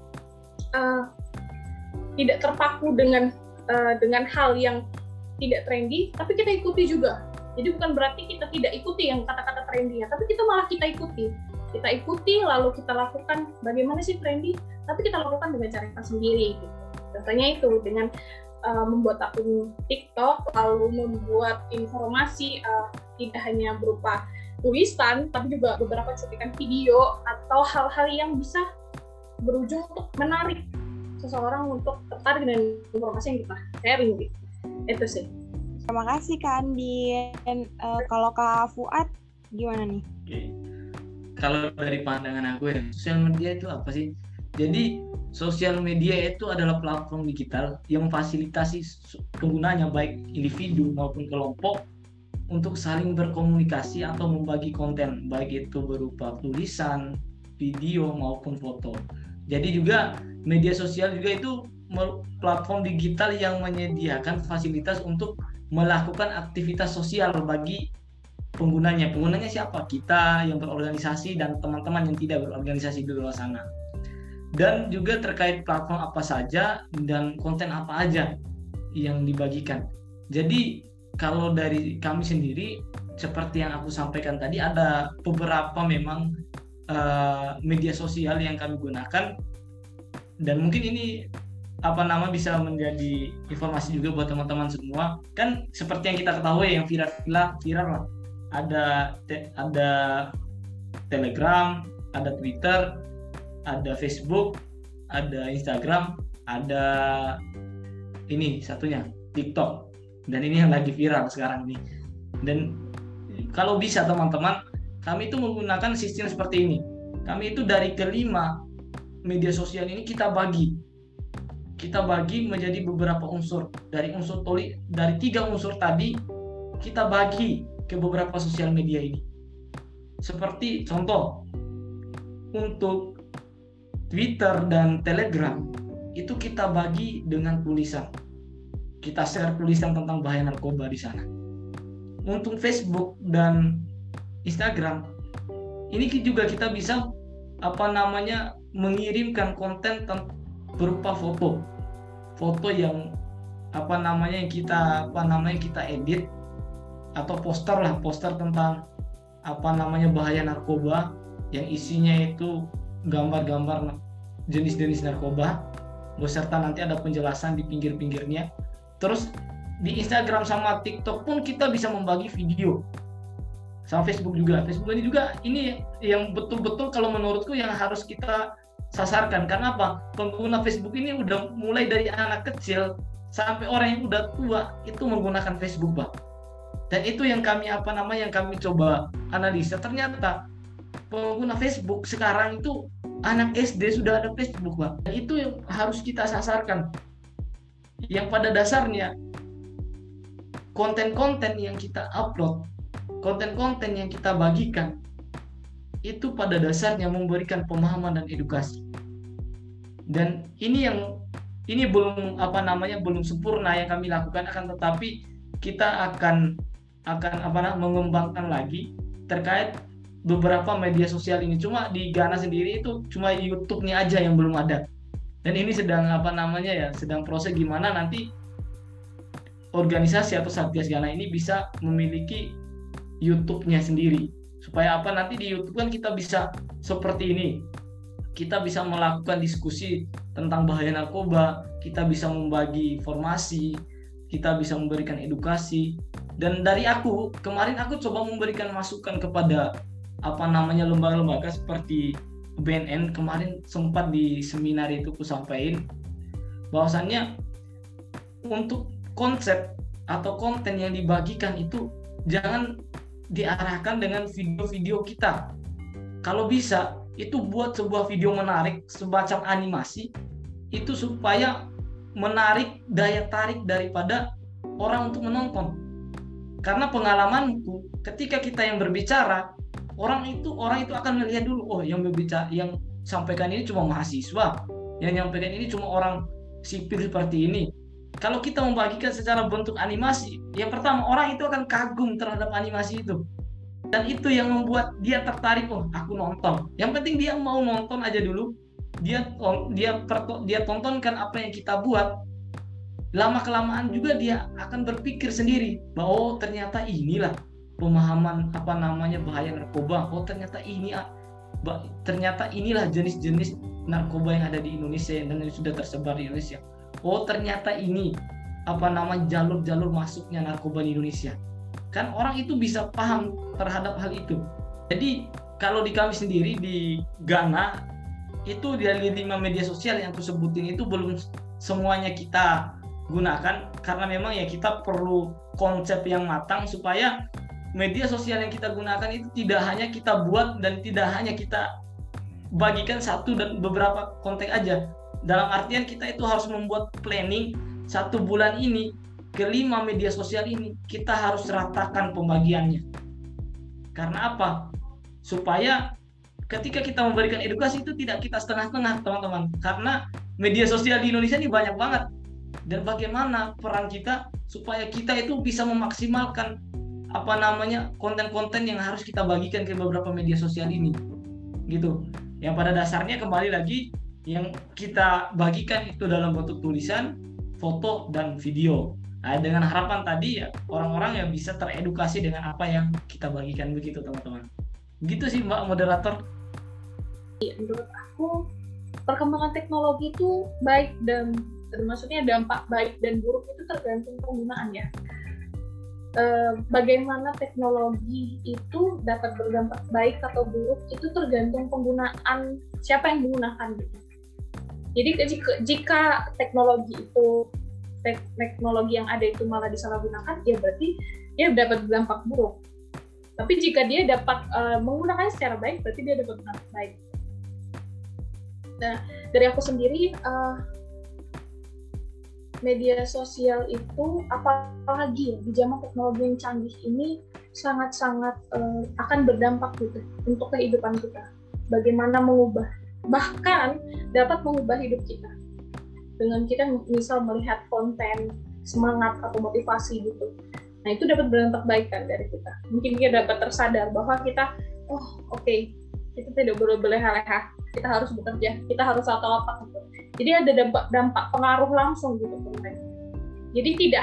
tidak terpaku dengan hal yang tidak trendy, tapi kita ikuti juga. Jadi bukan berarti kita tidak ikuti yang kata-kata trendy ya, tapi kita malah kita ikuti lalu kita lakukan bagaimana sih trendy, tapi kita lakukan dengan cara kita sendiri gitu. Contohnya itu dengan membuat akun TikTok, lalu membuat informasi tidak hanya berupa tulisan, tapi juga beberapa cuplikan video atau hal-hal yang bisa berujung untuk menarik seseorang untuk tertarik dengan informasi yang kita sharing gitu. Itu sih. Terima kasih Kak Andin. Kalau Kak Fuad, Gimana nih? Oke. Kalau dari pandangan aku ya, sosial media itu apa sih? Jadi sosial media itu adalah platform digital yang memfasilitasi penggunanya baik individu maupun kelompok untuk saling berkomunikasi atau membagi konten, baik itu berupa tulisan, video maupun foto. Jadi juga media sosial juga itu platform digital yang menyediakan fasilitas untuk melakukan aktivitas sosial bagi penggunanya. Penggunanya siapa? Kita yang berorganisasi dan teman-teman yang tidak berorganisasi di luar sana. Dan juga terkait platform apa saja dan konten apa aja yang dibagikan. Jadi kalau dari kami sendiri, seperti yang aku sampaikan tadi, ada beberapa memang media sosial yang kami gunakan, dan mungkin ini bisa menjadi informasi juga buat teman-teman semua. Kan seperti yang kita ketahui, yang viral lah. Ada Telegram, ada Twitter, ada Facebook, ada Instagram, ada ini satunya TikTok, dan ini yang lagi viral sekarang nih. Dan kalau bisa teman-teman, kami itu menggunakan sistem seperti ini. Kami itu dari kelima media sosial ini kita bagi menjadi beberapa unsur. Dari 3 unsur tadi kita bagi ke beberapa sosial media ini. Seperti contoh, untuk Twitter dan Telegram itu kita bagi dengan tulisan. Kita share tulisan tentang bahaya narkoba di sana. Untuk Facebook dan Instagram ini juga kita bisa mengirimkan konten berupa foto yang yang kita edit, atau poster tentang bahaya narkoba yang isinya itu gambar-gambar jenis-jenis narkoba, beserta nanti ada penjelasan di pinggir-pinggirnya. Terus di Instagram sama TikTok pun kita bisa membagi video, sama Facebook juga. Facebook ini yang betul-betul kalau menurutku yang harus kita sasarkan. Karena apa? Pengguna Facebook ini udah mulai dari anak kecil sampai orang yang udah tua itu menggunakan Facebook, Pak. Dan itu yang kami coba analisa. Ternyata pengguna Facebook sekarang itu anak SD sudah ada Facebook, Pak. Dan itu yang harus kita sasarkan. Yang pada dasarnya konten-konten yang kita upload, konten-konten yang kita bagikan itu pada dasarnya memberikan pemahaman dan edukasi. Dan ini belum belum sempurna yang kami lakukan, akan tetapi kita akan mengembangkan lagi terkait beberapa media sosial ini. Cuma di Ghana sendiri itu cuma YouTube-nya aja yang belum ada. Dan ini sedang sedang proses gimana nanti organisasi atau Satgas Ghana ini bisa memiliki YouTube-nya sendiri. Supaya nanti di YouTube kan kita bisa seperti ini. Kita bisa melakukan diskusi tentang bahaya narkoba, kita bisa membagi informasi, kita bisa memberikan edukasi. Dan dari kemarin aku coba memberikan masukan kepada lembaga-lembaga seperti BNN. Kemarin sempat di seminar itu aku sampaikan bahwasannya untuk konsep atau konten yang dibagikan itu jangan diarahkan dengan video-video kita. Kalau bisa itu buat sebuah video menarik semacam animasi itu supaya menarik daya tarik daripada orang untuk menonton. Karena pengalamanku, ketika kita yang berbicara, orang itu akan melihat dulu, yang sampaikan ini cuma mahasiswa, yang nyampaikan ini cuma orang sipil seperti ini. Kalau kita membagikan secara bentuk animasi, yang pertama orang itu akan kagum terhadap animasi itu. Dan itu yang membuat dia tertarik, aku nonton. Yang penting dia mau nonton aja dulu. Dia tontonkan apa yang kita buat. Lama-kelamaan juga dia akan berpikir sendiri bahwa ternyata inilah pemahaman bahaya narkoba. Ternyata inilah jenis-jenis narkoba yang ada di Indonesia dan yang sudah tersebar di Indonesia. Ternyata ini jalur-jalur masuknya narkoba di Indonesia. Kan orang itu bisa paham terhadap hal itu. Jadi kalau di kami sendiri di Ghana itu dari 5 media sosial yang aku sebutin itu belum semuanya kita gunakan, karena memang kita perlu konsep yang matang supaya media sosial yang kita gunakan itu tidak hanya kita buat dan tidak hanya kita bagikan satu dan beberapa konten aja. Dalam artian kita itu harus membuat planning 1 bulan ini ke 5 media sosial ini kita harus ratakan pembagiannya. Karena apa? Supaya ketika kita memberikan edukasi itu tidak kita setengah-setengah, teman-teman. Karena media sosial di Indonesia ini banyak banget. Dan bagaimana peran kita supaya kita itu bisa memaksimalkan konten-konten yang harus kita bagikan ke beberapa media sosial ini. Gitu. Yang pada dasarnya kembali lagi yang kita bagikan itu dalam bentuk tulisan, foto dan video. Nah, dengan harapan tadi ya orang-orang yang bisa teredukasi dengan apa yang kita bagikan begitu, teman-teman. Gitu sih Mbak moderator. Menurut aku perkembangan teknologi itu baik dan maksudnya dampak baik dan buruk itu tergantung penggunaannya. Bagaimana teknologi itu dapat berdampak baik atau buruk itu tergantung penggunaan siapa yang menggunakan gitu. Jadi jika teknologi yang ada itu malah disalahgunakan, ya berarti dia dapat berdampak buruk. Tapi jika dia dapat menggunakannya secara baik, berarti dia dapat berdampak baik. Nah, dari aku sendiri, media sosial itu apalagi di zaman teknologi yang canggih ini sangat-sangat akan berdampak gitu untuk kehidupan kita. Bagaimana mengubah, bahkan dapat mengubah hidup kita. Dengan kita misal melihat konten semangat atau motivasi gitu. Nah, itu dapat berdampak baik kan dari kita. Mungkin kita dapat tersadar bahwa kita, kita tidak boleh leha-leha. Kita harus bekerja, kita harus apa-apa gitu. Jadi ada dampak pengaruh langsung gitu ke mereka. Jadi tidak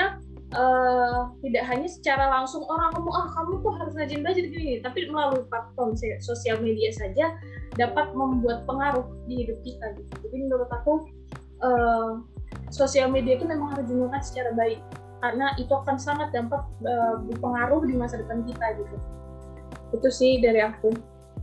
hanya secara langsung orang ngomong kamu tuh harus rajin belajar gini, tapi melalui platform sosial media saja dapat membuat pengaruh di hidup kita gitu. Jadi menurut aku sosial media itu memang harus digunakan secara baik karena itu akan sangat dampak berpengaruh di masa depan kita gitu. Itu sih dari aku.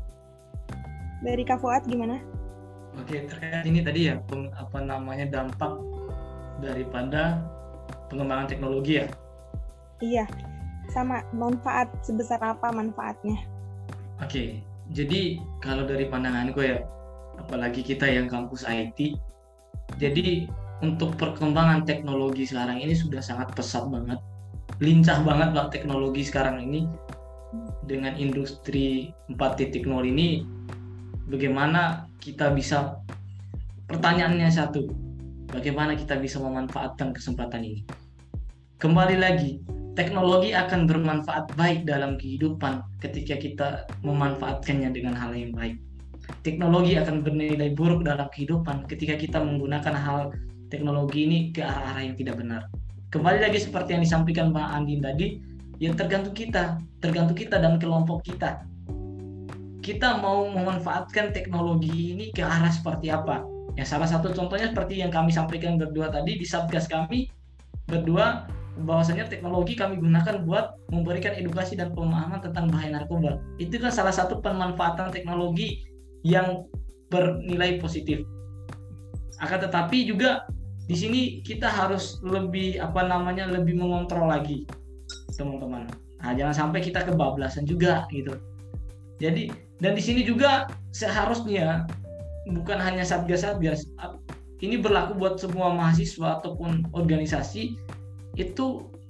Dari Kak Fuad gimana? Oke, terkait ini tadi ya dampak daripada pengembangan teknologi ya. Iya. Sama manfaat, sebesar apa manfaatnya? Oke. Jadi kalau dari pandanganku ya, apalagi kita yang kampus IT, jadi untuk perkembangan teknologi sekarang ini sudah sangat pesat banget. Lincah banget lah teknologi sekarang ini. Dengan industri 4.0 ini, bagaimana kita bisa, pertanyaannya satu, bagaimana kita bisa memanfaatkan kesempatan ini? Kembali lagi, teknologi akan bermanfaat baik dalam kehidupan ketika kita memanfaatkannya dengan hal yang baik. Teknologi akan bernilai buruk dalam kehidupan ketika kita menggunakan hal teknologi ini ke arah-arah yang tidak benar. Kembali lagi seperti yang disampaikan Mbak Andin tadi, yang tergantung kita dan kelompok kita. Kita mau memanfaatkan teknologi ini ke arah seperti apa? Ya, salah satu contohnya seperti yang kami sampaikan berdua tadi di Satgas kami berdua, bahwasanya teknologi kami gunakan buat memberikan edukasi dan pemahaman tentang bahaya narkoba. Itu kan salah satu pemanfaatan teknologi yang bernilai positif. Akan tetapi juga di sini kita harus lebih lebih mengontrol lagi, teman-teman. Nah, jangan sampai kita kebablasan juga gitu. Jadi, dan di sini juga seharusnya bukan hanya satgas-satgas, ini berlaku buat semua mahasiswa ataupun organisasi itu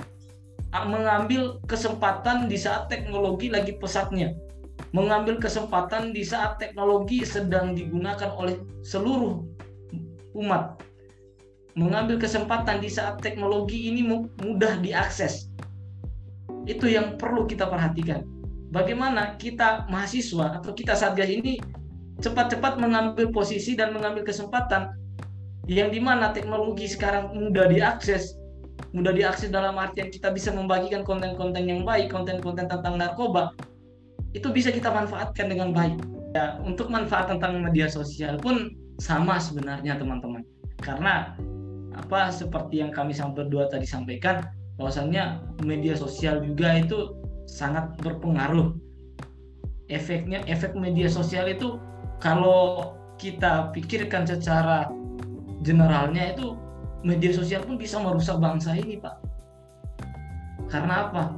mengambil kesempatan di saat teknologi lagi pesatnya, mengambil kesempatan di saat teknologi sedang digunakan oleh seluruh umat, mengambil kesempatan di saat teknologi ini mudah diakses. Itu yang perlu kita perhatikan. Bagaimana kita mahasiswa atau kita satgas ini cepat-cepat mengambil posisi dan mengambil kesempatan yang dimana teknologi sekarang mudah diakses dalam artian kita bisa membagikan konten-konten yang baik, konten-konten tentang narkoba, itu bisa kita manfaatkan dengan baik. Ya, untuk manfaat tentang media sosial pun sama sebenarnya teman-teman, karena seperti yang kami berdua tadi sampaikan, bahwasannya media sosial juga itu sangat berpengaruh. Efek media sosial itu kalau kita pikirkan secara generalnya itu media sosial pun bisa merusak bangsa ini, Pak. Karena apa?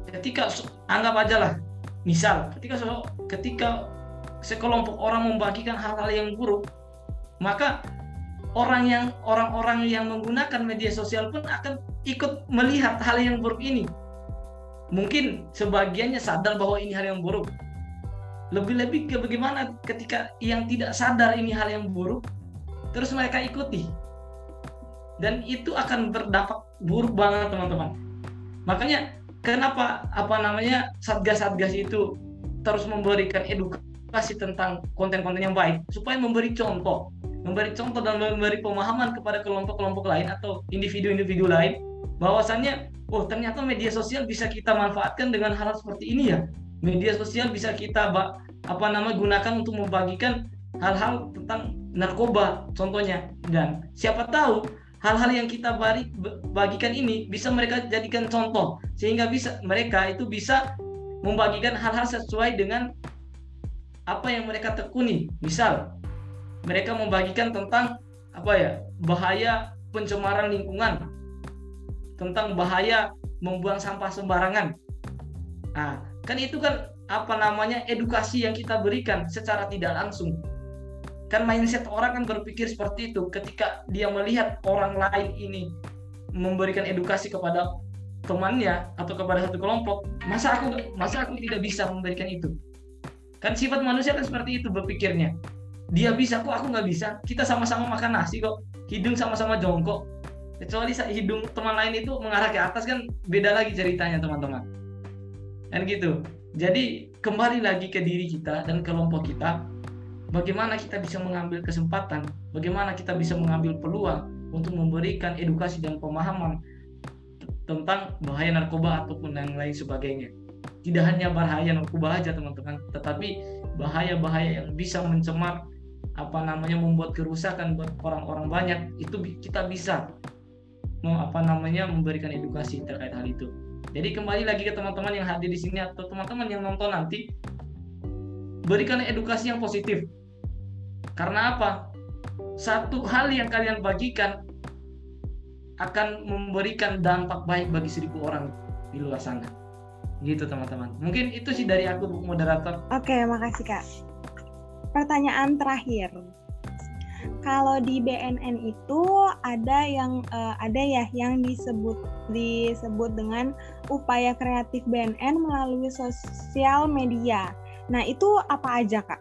ketika anggap aja lah, misal ketika sekelompok orang membagikan hal-hal yang buruk, maka orang-orang yang menggunakan media sosial pun akan ikut melihat hal yang buruk ini. Mungkin sebagiannya sadar bahwa ini hal yang buruk. Lebih-lebih bagaimana ketika yang tidak sadar ini hal yang buruk, terus mereka ikuti. Dan itu akan berdampak buruk banget, teman-teman. Makanya kenapa satgas-satgas itu terus memberikan edukasi tentang konten-konten yang baik, supaya memberi contoh dan memberi pemahaman kepada kelompok-kelompok lain atau individu-individu lain bahwasannya ternyata media sosial bisa kita manfaatkan dengan hal seperti ini ya. Media sosial bisa kita gunakan untuk membagikan hal-hal tentang narkoba contohnya, dan siapa tahu hal-hal yang kita bagikan ini bisa mereka jadikan contoh, sehingga mereka itu bisa membagikan hal-hal sesuai dengan apa yang mereka tekuni. Misal mereka membagikan tentang bahaya pencemaran lingkungan, tentang bahaya membuang sampah sembarangan. Nah, kan itu kan edukasi yang kita berikan secara tidak langsung. Kan mindset orang kan berpikir seperti itu ketika dia melihat orang lain ini memberikan edukasi kepada temannya atau kepada satu kelompok, masa aku tidak bisa memberikan itu? Kan sifat manusia kan seperti itu berpikirnya. Dia bisa kok, aku nggak bisa. Kita sama-sama makan nasi kok, hidung sama-sama jongkok. Kecuali hidung teman lain itu mengarah ke atas, kan beda lagi ceritanya, teman-teman. Kan gitu. Jadi kembali lagi ke diri kita dan kelompok kita, bagaimana kita bisa mengambil kesempatan, bagaimana kita bisa mengambil peluang untuk memberikan edukasi dan pemahaman tentang bahaya narkoba ataupun yang lain sebagainya. Tidak hanya bahaya narkoba aja, teman-teman, tetapi bahaya-bahaya yang bisa membuat kerusakan buat orang-orang banyak, itu kita bisa memberikan edukasi terkait hal itu. Jadi kembali lagi ke teman-teman yang hadir di sini atau teman-teman yang nonton nanti, berikan edukasi yang positif. Karena apa? Satu hal yang kalian bagikan akan memberikan dampak baik bagi 1000 orang di luar sana. Gitu, teman-teman. Mungkin itu sih dari aku, moderator. Oke, makasih Kak. Pertanyaan terakhir. Kalau di BNN itu ada yang disebut dengan upaya kreatif BNN melalui sosial media. Nah, itu apa aja, Kak?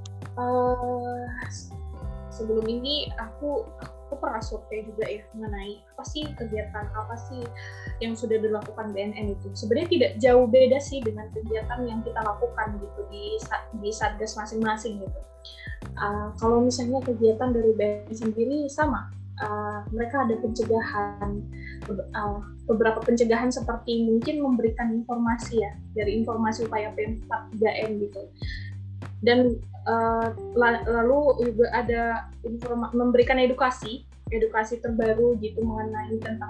Sebelum ini aku pernah survei juga ya mengenai kegiatan apa sih yang sudah dilakukan BNN itu. Sebenarnya tidak jauh beda sih dengan kegiatan yang kita lakukan gitu di satgas masing-masing gitu. Kalau misalnya kegiatan dari BNN sendiri sama, mereka ada pencegahan, beberapa pencegahan seperti mungkin memberikan informasi ya, dari informasi upaya P43N gitu. Dan lalu juga ada memberikan edukasi terbaru gitu mengenai tentang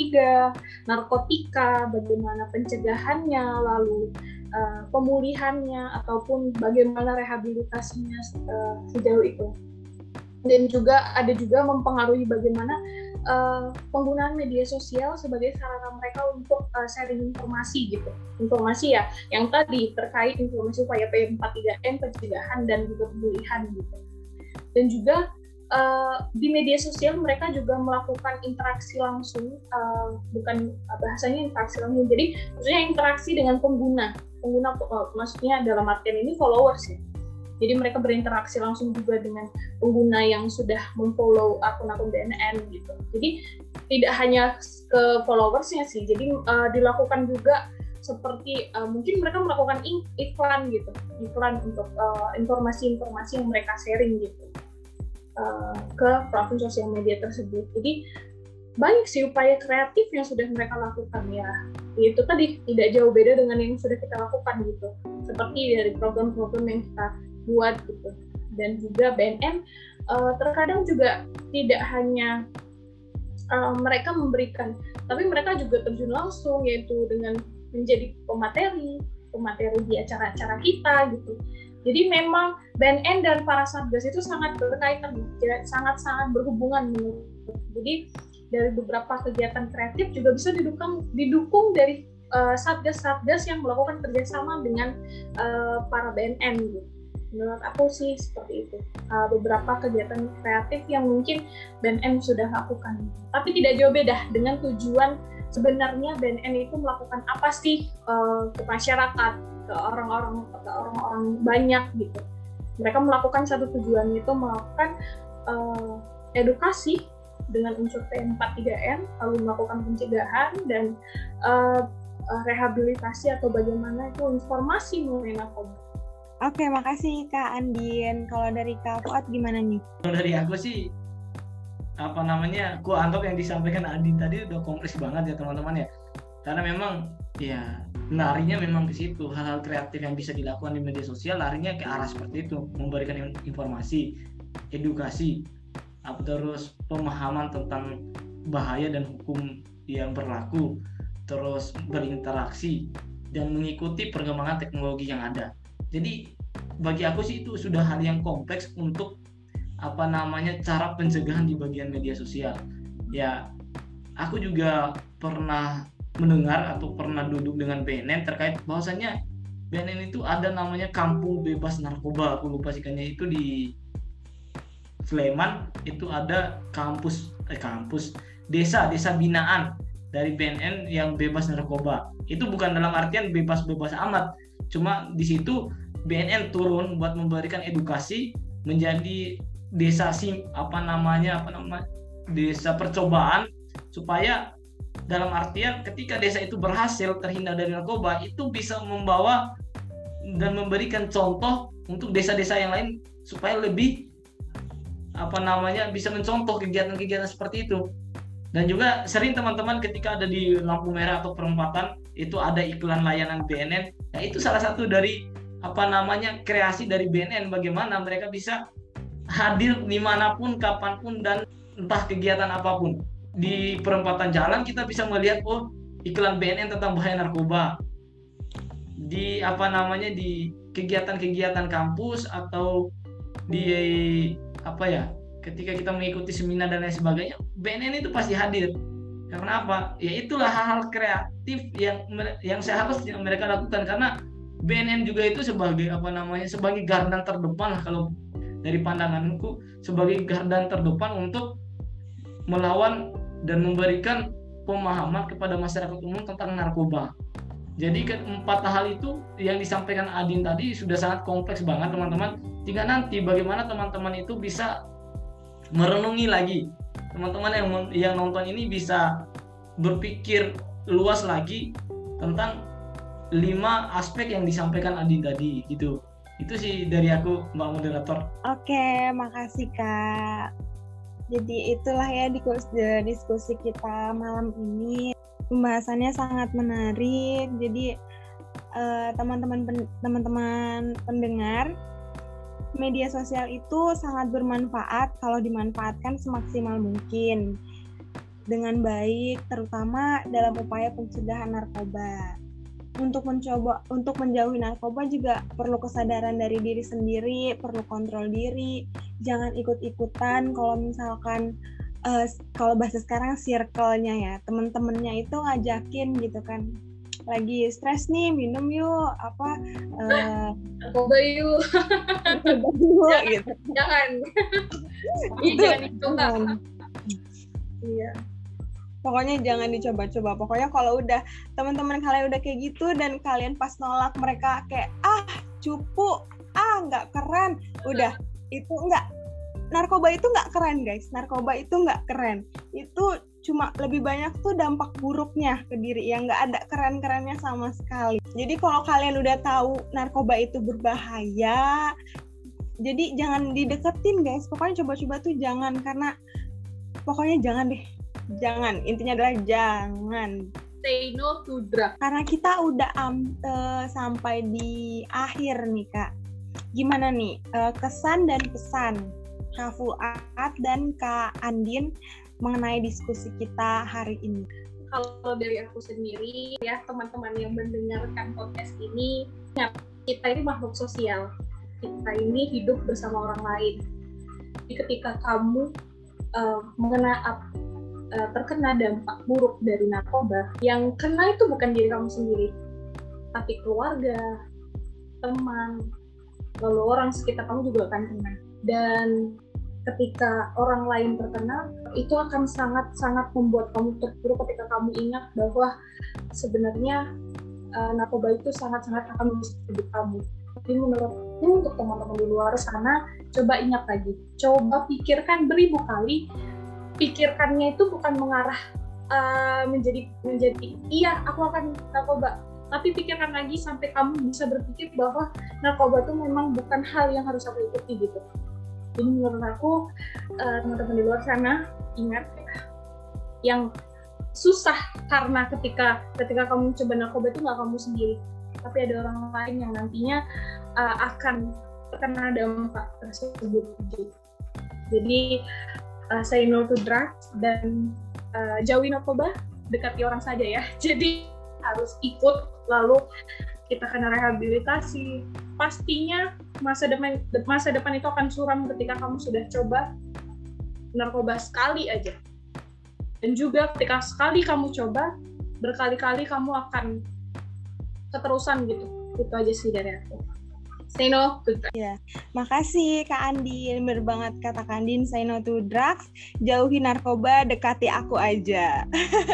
narkotika, bagaimana pencegahannya, lalu pemulihannya ataupun bagaimana rehabilitasinya sejauh itu. Dan juga ada mempengaruhi bagaimana penggunaan media sosial sebagai sarana mereka untuk sharing informasi gitu. Informasi ya, yang tadi terkait informasi upaya P43N, pencegahan dan juga pemulihan gitu. Dan juga di media sosial mereka juga melakukan interaksi langsung, bukan bahasanya interaksi langsung, jadi maksudnya interaksi dengan pengguna, maksudnya dalam artian ini followers ya. Jadi mereka berinteraksi langsung juga dengan pengguna yang sudah memfollow akun-akun BNN gitu. Jadi tidak hanya ke followersnya sih, jadi dilakukan juga seperti mungkin mereka melakukan iklan gitu, iklan untuk informasi-informasi yang mereka sharing gitu ke platform sosial media tersebut. Jadi banyak sih upaya kreatif yang sudah mereka lakukan ya. Itu tadi tidak jauh beda dengan yang sudah kita lakukan gitu. Seperti dari program-program yang kita buat gitu. Dan juga BNN terkadang juga tidak hanya mereka memberikan, tapi mereka juga terjun langsung, yaitu dengan menjadi pemateri di acara-acara kita gitu. Jadi memang BNN dan para satgas itu sangat berkaitan, sangat-sangat berhubungan. Jadi dari beberapa kegiatan kreatif juga bisa didukung dari satgas-satgas yang melakukan kerjasama dengan para BNN gitu. Menurut aku sih seperti itu. Beberapa kegiatan kreatif yang mungkin BNN sudah lakukan, tapi tidak jauh beda dengan tujuan sebenarnya BNN itu melakukan apa sih ke masyarakat, ke orang-orang banyak gitu. Mereka melakukan satu tujuan, itu melakukan edukasi dengan unsur P4-3M, lalu melakukan pencegahan dan rehabilitasi atau bagaimana itu informasi mengenai narkoba. Oke, makasih Kak Andin. Kalau dari Kak Fuad gimana nih? Kalau dari aku sih, aku anggap yang disampaikan Andin tadi udah kompleks banget ya teman-teman ya. Karena memang ya larinya memang ke situ, hal-hal kreatif yang bisa dilakukan di media sosial larinya ke arah seperti itu, memberikan informasi, edukasi, terus pemahaman tentang bahaya dan hukum yang berlaku, terus berinteraksi dan mengikuti perkembangan teknologi yang ada. Jadi bagi aku sih itu sudah hal yang kompleks untuk cara pencegahan di bagian media sosial. Ya, aku juga pernah mendengar atau pernah duduk dengan BNN terkait bahwasannya BNN itu ada namanya kampung bebas narkoba. Aku lupa sikannya itu di Sleman, itu ada desa binaan dari BNN yang bebas narkoba. Itu bukan dalam artian bebas-bebas amat, cuma di situ BNN turun buat memberikan edukasi menjadi desa desa percobaan, supaya dalam artian ketika desa itu berhasil terhindar dari narkoba, itu bisa membawa dan memberikan contoh untuk desa-desa yang lain supaya lebih bisa mencontoh kegiatan-kegiatan seperti itu. Dan juga sering teman-teman ketika ada di lampu merah atau perempatan itu ada iklan layanan BNN. Nah, itu salah satu dari kreasi dari BNN, bagaimana mereka bisa hadir dimanapun, kapanpun, dan entah kegiatan apapun. Di perempatan jalan kita bisa melihat iklan BNN tentang bahaya narkoba. Di di kegiatan-kegiatan kampus atau di ketika kita mengikuti seminar dan lain sebagainya, BNN itu pasti hadir. Karena apa? Ya itulah hal-hal kreatif yang seharusnya mereka lakukan, karena BNN juga itu sebagai sebagai garda terdepan, kalau dari pandanganku sebagai garda terdepan untuk melawan dan memberikan pemahaman kepada masyarakat umum tentang narkoba. Jadi keempat hal itu yang disampaikan Adin tadi sudah sangat kompleks banget teman-teman. Tinggal nanti bagaimana teman-teman itu bisa merenungi lagi. Teman-teman yang nonton ini bisa berpikir luas lagi tentang 5 aspek yang disampaikan Adin tadi gitu. Itu sih dari aku, Mbak Moderator. Oke, makasih Kak. Jadi itulah ya diskusi kita malam ini. Pembahasannya sangat menarik. Jadi teman-teman pendengar, media sosial itu sangat bermanfaat kalau dimanfaatkan semaksimal mungkin dengan baik, terutama dalam upaya pencegahan narkoba. Untuk menjauhi narkoba juga perlu kesadaran dari diri sendiri, perlu kontrol diri, jangan ikut-ikutan. Kalau misalkan kalau bahasa sekarang circle-nya ya, temen-temennya itu ngajakin gitu kan, lagi stres nih, minum yuk, narkoba yuk, gitu. Jangan jangan dicoba. Iya. Pokoknya jangan dicoba-coba. Pokoknya kalau udah teman-teman kalian udah kayak gitu dan kalian pas nolak mereka kayak cupu, nggak keren, udah itu nggak. Narkoba itu nggak keren guys, narkoba itu nggak keren, itu cuma lebih banyak tuh dampak buruknya ke diri yang nggak ada keren-kerennya sama sekali. Jadi kalau kalian udah tahu narkoba itu berbahaya, jadi jangan dideketin guys, pokoknya coba-coba tuh jangan, karena pokoknya jangan deh, jangan, intinya adalah jangan. Say no to drug. Karena kita udah sampai di akhir nih Kak, gimana nih kesan dan pesan Kak Fuad dan Kak Andin mengenai diskusi kita hari ini? Kalau dari aku sendiri ya, teman-teman yang mendengarkan podcast ini, kita ini makhluk sosial, kita ini hidup bersama orang lain. Jadi ketika kamu terkena dampak buruk dari narkoba, yang kena itu bukan diri kamu sendiri, tapi keluarga, teman, lalu orang sekitar kamu juga akan kena. Dan ketika orang lain terkena, itu akan sangat-sangat membuat kamu terpuruk ketika kamu ingat bahwa sebenarnya narkoba itu sangat-sangat akan merusak hidup kamu. Jadi menurutku untuk teman-teman di luar sana, coba ingat lagi, coba pikirkan beribu kali. Pikirkannya itu bukan mengarah menjadi iya aku akan narkoba, tapi pikirkan lagi sampai kamu bisa berpikir bahwa narkoba itu memang bukan hal yang harus aku ikuti gitu. Jadi menurut aku teman-teman di luar sana ingat, yang susah karena ketika kamu coba narkoba itu nggak kamu sendiri, tapi ada orang lain yang nantinya akan terkena dampak tersebut. Jadi say no to drugs dan jauhi narkoba, dekati orang saja ya. Jadi harus ikut, lalu kita kena rehabilitasi. Pastinya masa depan itu akan suram ketika kamu sudah coba narkoba sekali aja. Dan juga ketika sekali kamu coba, berkali-kali kamu akan keterusan gitu. Itu aja sih dari aku. Say no to drugs. Ya, makasih Kak Andin. Bener banget kata Kak Andin, say no to drugs, jauhi narkoba, dekati aku aja.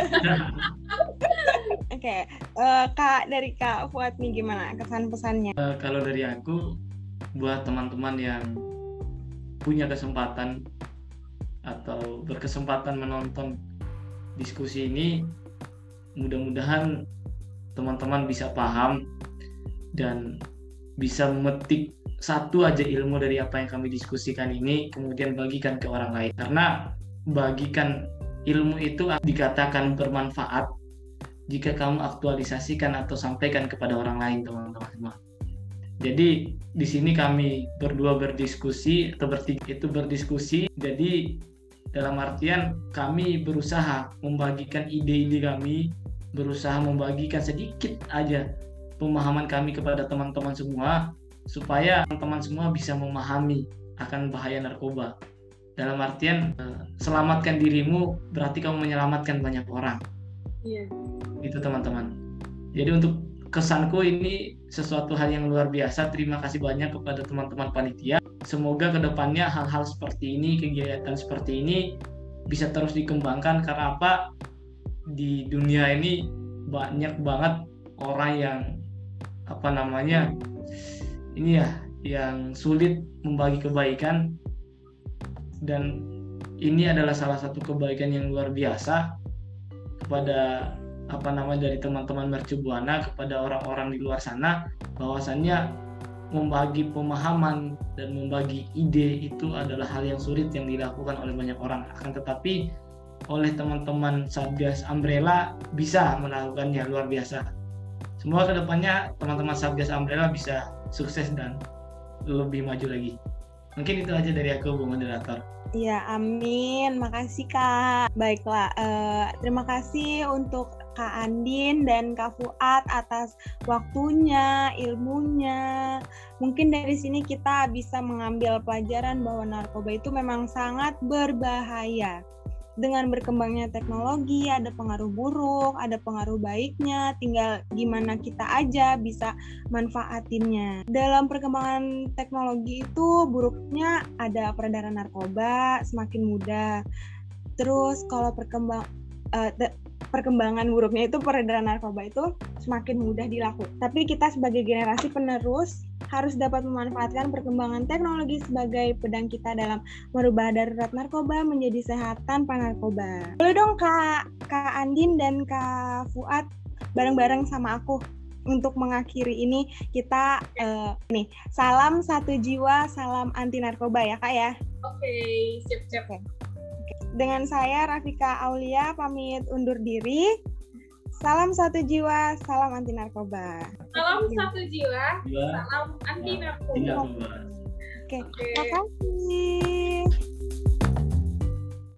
Oke, Kak, dari Kak Fuad nih gimana kesan-pesannya? Kalau dari aku, buat teman-teman yang punya kesempatan atau berkesempatan menonton diskusi ini, mudah-mudahan teman-teman bisa paham dan bisa memetik satu aja ilmu dari apa yang kami diskusikan ini, kemudian bagikan ke orang lain. Karena bagikan ilmu itu dikatakan bermanfaat jika kamu aktualisasikan atau sampaikan kepada orang lain, teman-teman semua. Jadi di sini kami berdua berdiskusi atau bertiga itu berdiskusi. Jadi dalam artian kami berusaha membagikan ide-ide kami, berusaha membagikan sedikit aja pemahaman kami kepada teman-teman semua, supaya teman-teman semua bisa memahami akan bahaya narkoba. Dalam artian selamatkan dirimu berarti kamu menyelamatkan banyak orang. Iya. Itu teman-teman. Jadi untuk kesanku ini sesuatu hal yang luar biasa. Terima kasih banyak kepada teman-teman panitia. Semoga kedepannya hal-hal seperti ini, kegiatan seperti ini bisa terus dikembangkan. Karena apa? Di dunia ini banyak banget orang yang ini ya, yang sulit membagi kebaikan, dan ini adalah salah satu kebaikan yang luar biasa kepada dari teman-teman Mercu Buana kepada orang-orang di luar sana, bahwasannya membagi pemahaman dan membagi ide itu adalah hal yang sulit yang dilakukan oleh banyak orang. Akan tetapi oleh teman-teman Satgas Umbrella bisa melakukannya, luar biasa. Semoga kedepannya teman-teman Satgas Umbrella bisa sukses dan lebih maju lagi. Mungkin itu aja dari aku, Bu Moderator. Ya, amin. Makasih Kak. Baiklah, terima kasih untuk Kak Andin dan Kak Fuad atas waktunya, ilmunya. Mungkin dari sini kita bisa mengambil pelajaran bahwa narkoba itu memang sangat berbahaya. Dengan berkembangnya teknologi, ada pengaruh buruk, ada pengaruh baiknya, tinggal gimana kita aja bisa manfaatinnya. Dalam perkembangan teknologi itu buruknya ada peredaran narkoba semakin mudah. Terus kalau perkembangan buruknya itu peredaran narkoba itu semakin mudah dilakukan. Tapi kita sebagai generasi penerus harus dapat memanfaatkan perkembangan teknologi sebagai pedang kita dalam merubah darurat narkoba menjadi sehat tanpa narkoba. Boleh dong Kak Andin dan Kak Fuad bareng-bareng sama aku untuk mengakhiri ini, kita salam satu jiwa, salam anti narkoba ya Kak ya. Oke, siap-siap. Dengan saya Rafika Aulia pamit undur diri. Salam satu jiwa, salam anti narkoba. Salam satu jiwa, salam anti narkoba. Oke. Makasih.